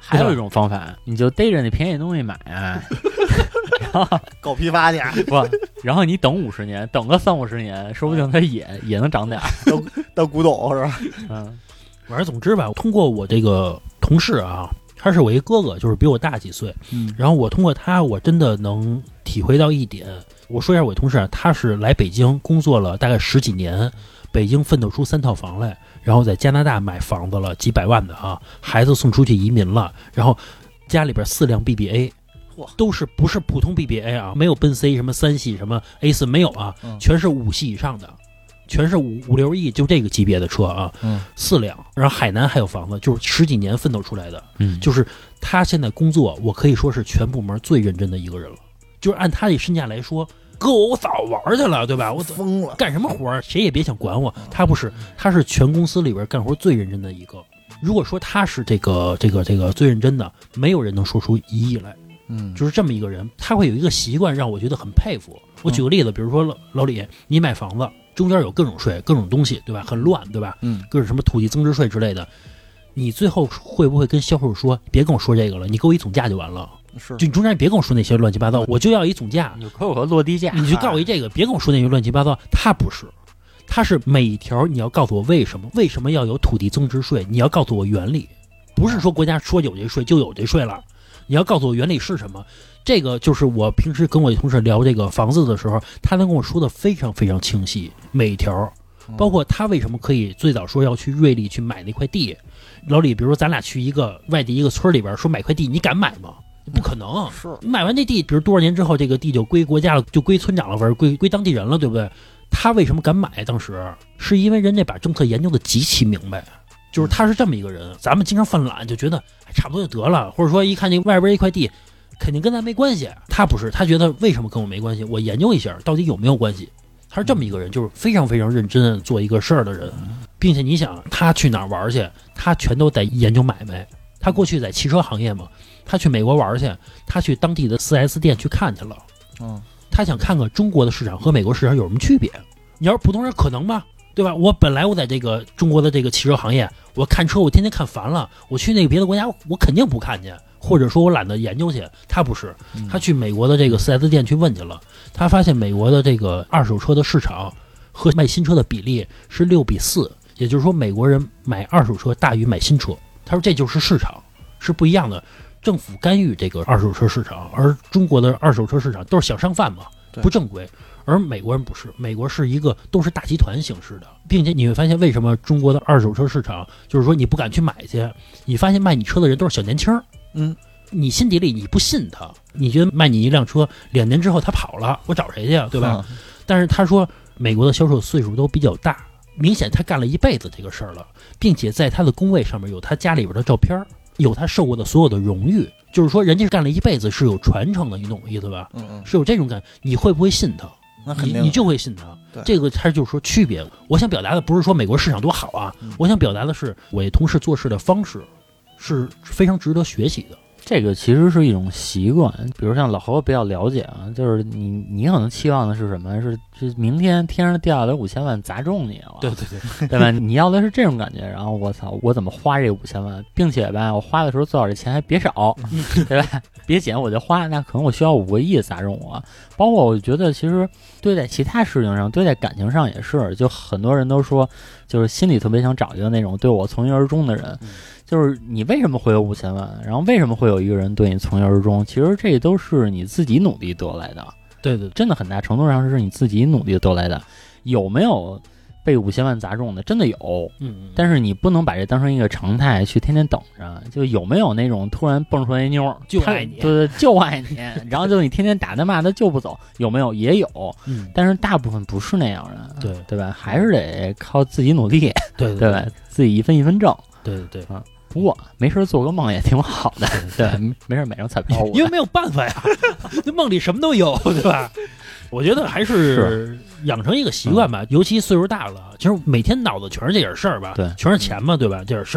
还有一种方法，你就逮着那便宜东西买啊，然后搞批发去， 不，然后你等五十年，等个三五十年，说不定它也也能涨点儿， 当当古董是吧？ 嗯， 反正总之吧，通过我这个同事啊，他是我一哥哥，就是比我大几岁， 嗯， 然后我通过他，我真的能体会到一点。我说一下我同事啊，他是来北京工作了大概十几年，北京奋斗出三套房来，然后在加拿大买房子了几百万的啊，孩子送出去移民了，然后家里边四辆 B B A， 都是不是普通 B B A 啊，没有奔 C 什么三系什么 A 四没有啊，全是五系以上的，全是五五六亿就这个级别的车啊， 嗯， 四辆，然后海南还有房子，就是十几年奋斗出来的， 嗯， 就是他现在工作，我可以说是全部门最认真的一个人了。就是按他这身价来说，哥我早玩去了，对吧？我疯了， 干什么活儿谁也别想管我。他不是，他是全公司里边干活最认真的一个。如果说他是这个这个这个最认真的，没有人能说出一亿来。 嗯， 就是这么一个人，他会有一个习惯让我觉得很佩服。我举个例子，比如说老老李，你买房子中间有各种税、各种东西，对吧？很乱，对吧？ 嗯， 各种什么土地增值税之类的，你最后会不会跟销售说，别跟我说这个了，你给我一总价就完了？ 是， 就你中间别跟我说那些乱七八糟，我就要一总价， 你给我个落地价， 你就告诉我一这个，别跟我说那些乱七八糟。他不是，他是每一条你要告诉我为什么，为什么要有土地增值税，你要告诉我原理，不是说国家说有这税就有这税了，你要告诉我原理是什么。这个就是我平时跟我同事聊这个房子的时候，他能跟我说的非常非常清晰，每一条，包括他为什么可以最早说要去瑞丽去买那块地。老李，比如说咱俩去一个外地一个村里边说买块地，你敢买吗？不可能， 是买完这地，比如多少年之后，这个地就归国家了，就归村长了，或者归归当地人了，对不对？他为什么敢买？当时是因为人家把政策研究的极其明白，就是他是这么一个人。咱们经常犯懒，就觉得哎差不多就得了，或者说一看这外边一块地，肯定跟咱没关系。他不是，他觉得为什么跟我没关系？我研究一下到底有没有关系。他是这么一个人，就是非常非常认真做一个事儿的人，并且你想他去哪儿玩去，他全都在研究买卖。他过去在汽车行业嘛，他去美国玩去，他去当地的 四 S 店去看去了。 嗯， 他想看看中国的市场和美国市场有什么区别。你要是普通人可能吗？对吧？我本来我在这个中国的这个汽车行业，我看车我天天看烦了，我去那个别的国家我肯定不看去，或者说我懒得研究去。他不是，他去美国的这个 四 S 店去问去了，他发现美国的这个二手车的市场和卖新车的比例是六比四，也就是说美国人买二手车大于买新车。他说这就是市场，是不一样的。政府干预这个二手车市场，而中国的二手车市场都是小商贩嘛，不正规。而美国人不是，美国是一个都是大集团形式的，并且你会发现为什么中国的二手车市场，就是说你不敢去买去，你发现卖你车的人都是小年轻， 嗯， 你心底里你不信他，你觉得卖你一辆车两年之后他跑了，我找谁去啊，对吧？嗯、但是他说美国的销售岁数都比较大，明显他干了一辈子这个事儿了，并且在他的工位上面有他家里边的照片，有他受过的所有的荣誉，就是说人家干了一辈子是有传承的，你懂我意思吧？ 嗯嗯， 是有这种感，你会不会信他？ 那肯定， 你你就会信他。这个他就是说区别。我想表达的不是说美国市场多好啊， 嗯、 我想表达的是我同事做事的方式是非常值得学习的。 这个其实是一种习惯，比如像老何比较了解啊，就是你你可能期望的是什么？是是明天天上掉下来五千万砸中你了， 对对对， 对吧？你要的是这种感觉，然后我操，我怎么花这五千万，并且吧，我花的时候最好这钱还别少，对吧？别捡我就花，那可能我需要五个亿砸中我。包括我觉得其实对待其他事情上，对待感情上也是，就很多人都说，就是心里特别想找一个那种对我从一而终的人。嗯，就是你为什么会有五千万，然后为什么会有一个人对你从一而终？其实这都是你自己努力得来的。 对对， 真的很大程度上是你自己努力得来的。有没有被五千万砸中的？真的有， 嗯， 但是你不能把这当成一个常态去天天等着。就有没有那种突然蹦出来一妞就爱你， 对对，就爱你，然后就你天天打他骂他就不走，有没有？也有， 嗯， 但是大部分不是那样的， 对对吧？还是得靠自己努力， 对对, 对吧？自己一分一分挣， 对对对啊。不过没事做个梦也挺好的，对，没事买张彩票， 因为没有办法呀，这梦里什么都有，对吧？我觉得还是养成一个习惯吧，嗯、尤其岁数大了，其实每天脑子全是这点事儿吧， 对， 全是钱嘛，对吧？这点事儿，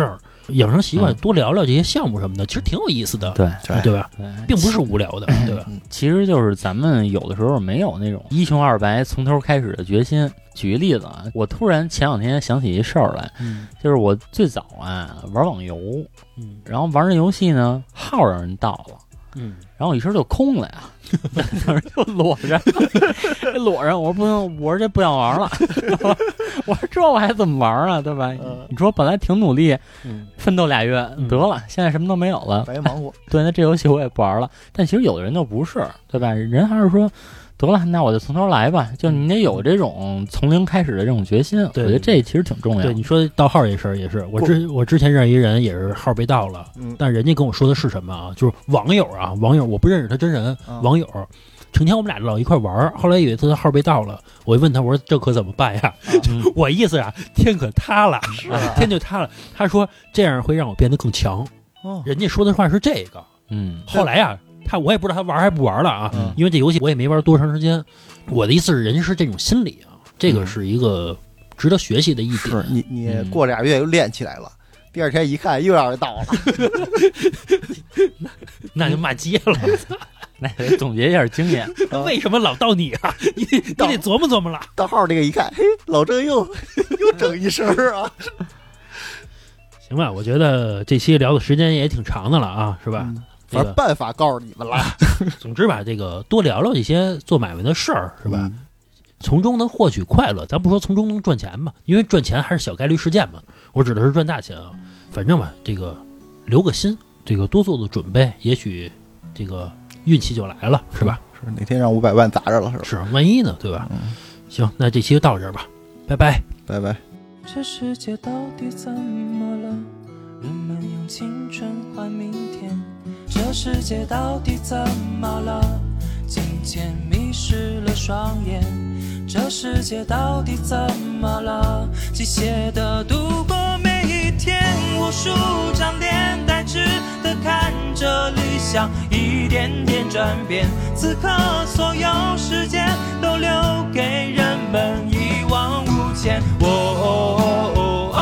养成习惯，多聊聊这些项目什么的，其实挺有意思的， 对对吧？ 对， 并不是无聊的，对吧？ 其实就是咱们有的时候没有那种一穷二白从头开始的决心。举个例子啊，我突然前两天想起一事儿来， 嗯， 就是我最早啊玩网游， 嗯， 然后玩这游戏呢，号让人盗了， 嗯， 然后我一身就空了呀，当时就裸着，裸着，我说不行，我说这不想玩了，我说这我还怎么玩啊，对吧？ 嗯、 你说本来挺努力， 嗯， 奋斗俩月、 嗯、 得了，现在什么都没有了， 白忙活。 对，那这游戏我也不玩了。但其实有的人就不是，对吧？人还是说。得了，那我就从头来吧。就你得有这种从零开始的这种决心， 对我觉得这其实挺重要的。 对，你说盗号这事儿也是，我之我之前认识一人也是号被盗了， 嗯， 但人家跟我说的是什么啊？就是网友啊，网友我不认识他真人， 嗯、 网友成天我们俩老一块玩，后来有一次他号被盗了，我问他我说这可怎么办呀？嗯、我意思啊，天可塌了， 啊、 天就塌了。他说这样会让我变得更强。 哦， 人家说的话是这个， 嗯， 后来啊。他我也不知道他玩还不玩了啊， 嗯、 因为这游戏我也没玩多长时间。我的意思是，人家是这种心理啊，这个是一个值得学习的一点。 是你你过俩月又练起来了，嗯、第二天一看又让人盗了， 那, 那就骂街了。 那得总结一下经验， 为什么老盗你啊？你你得琢磨琢磨了。 盗号这个一看，嘿，老郑又又整一身啊。 行吧，我觉得这期聊的时间也挺长的了啊，是吧？ 嗯反正办法告诉你们了。 总之吧，这个多聊聊这些做买卖的事儿，是吧？ 嗯、 从中能获取快乐，咱不说从中能赚钱吧，因为赚钱还是小概率事件嘛。我指的是赚大钱啊。反正吧，这个留个心，这个多做做准备，也许这个运气就来了，是吧？ 是哪天让五百万砸着了，是吧？ 是，万一呢，对吧？ 嗯、 行，那这期就到这儿吧，拜拜， 拜拜。 这世界到底怎么了？人们用青春换明天。这世界到底怎么了？金钱迷失了双眼。这世界到底怎么了？机械地度过每一天，无数张脸呆滞地看着理想一点点转变。此刻所有时间都留给人们一往无前。哦哦哦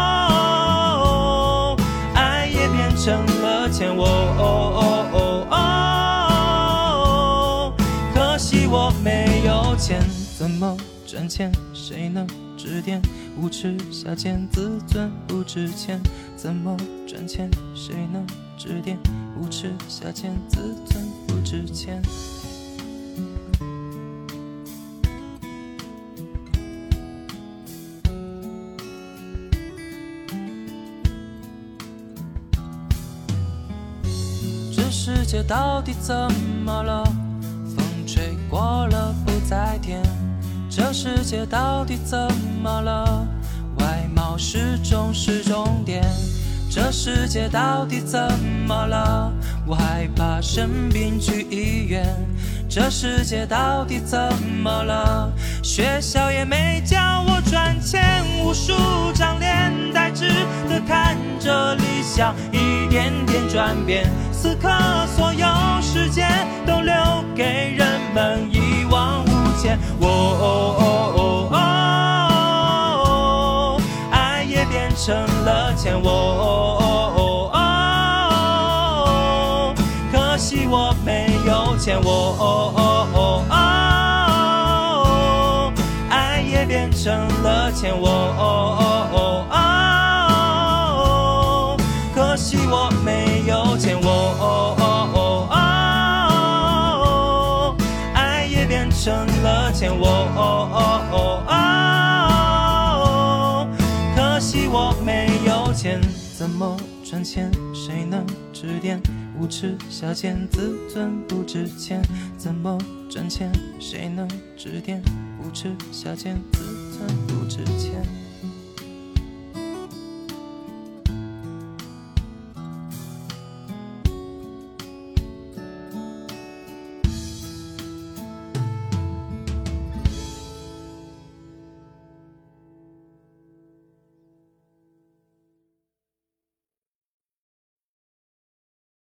哦，爱也变成了钱。哦哦哦哦，可惜我没有钱，怎么赚钱？谁能指点？无耻下贱，自尊不值钱，怎么赚钱？谁能指点？无耻下贱，自尊不值钱。这世界到底怎么了？风吹过了不再甜。这世界到底怎么了？外貌始终是终点。这世界到底怎么了？我害怕生病去医院。这世界到底怎么了？学校也没教我赚钱，无数张脸呆滞地看着理想一点点转变。此刻所有时间都留给人们一往无前。哦哦哦哦哦，爱也变成了钱。哦哦哦哦，可惜我没有钱。哦哦哦哦哦，爱也变成了钱。哦哦哦哦，可惜我没有钱。哦哦哦哦，爱也变成了钱。哦哦哦哦，可惜我没有钱，怎么赚钱？谁能指点？无耻下贱，自尊不值钱，怎么赚钱？谁能指点？无耻下贱，自尊不值钱。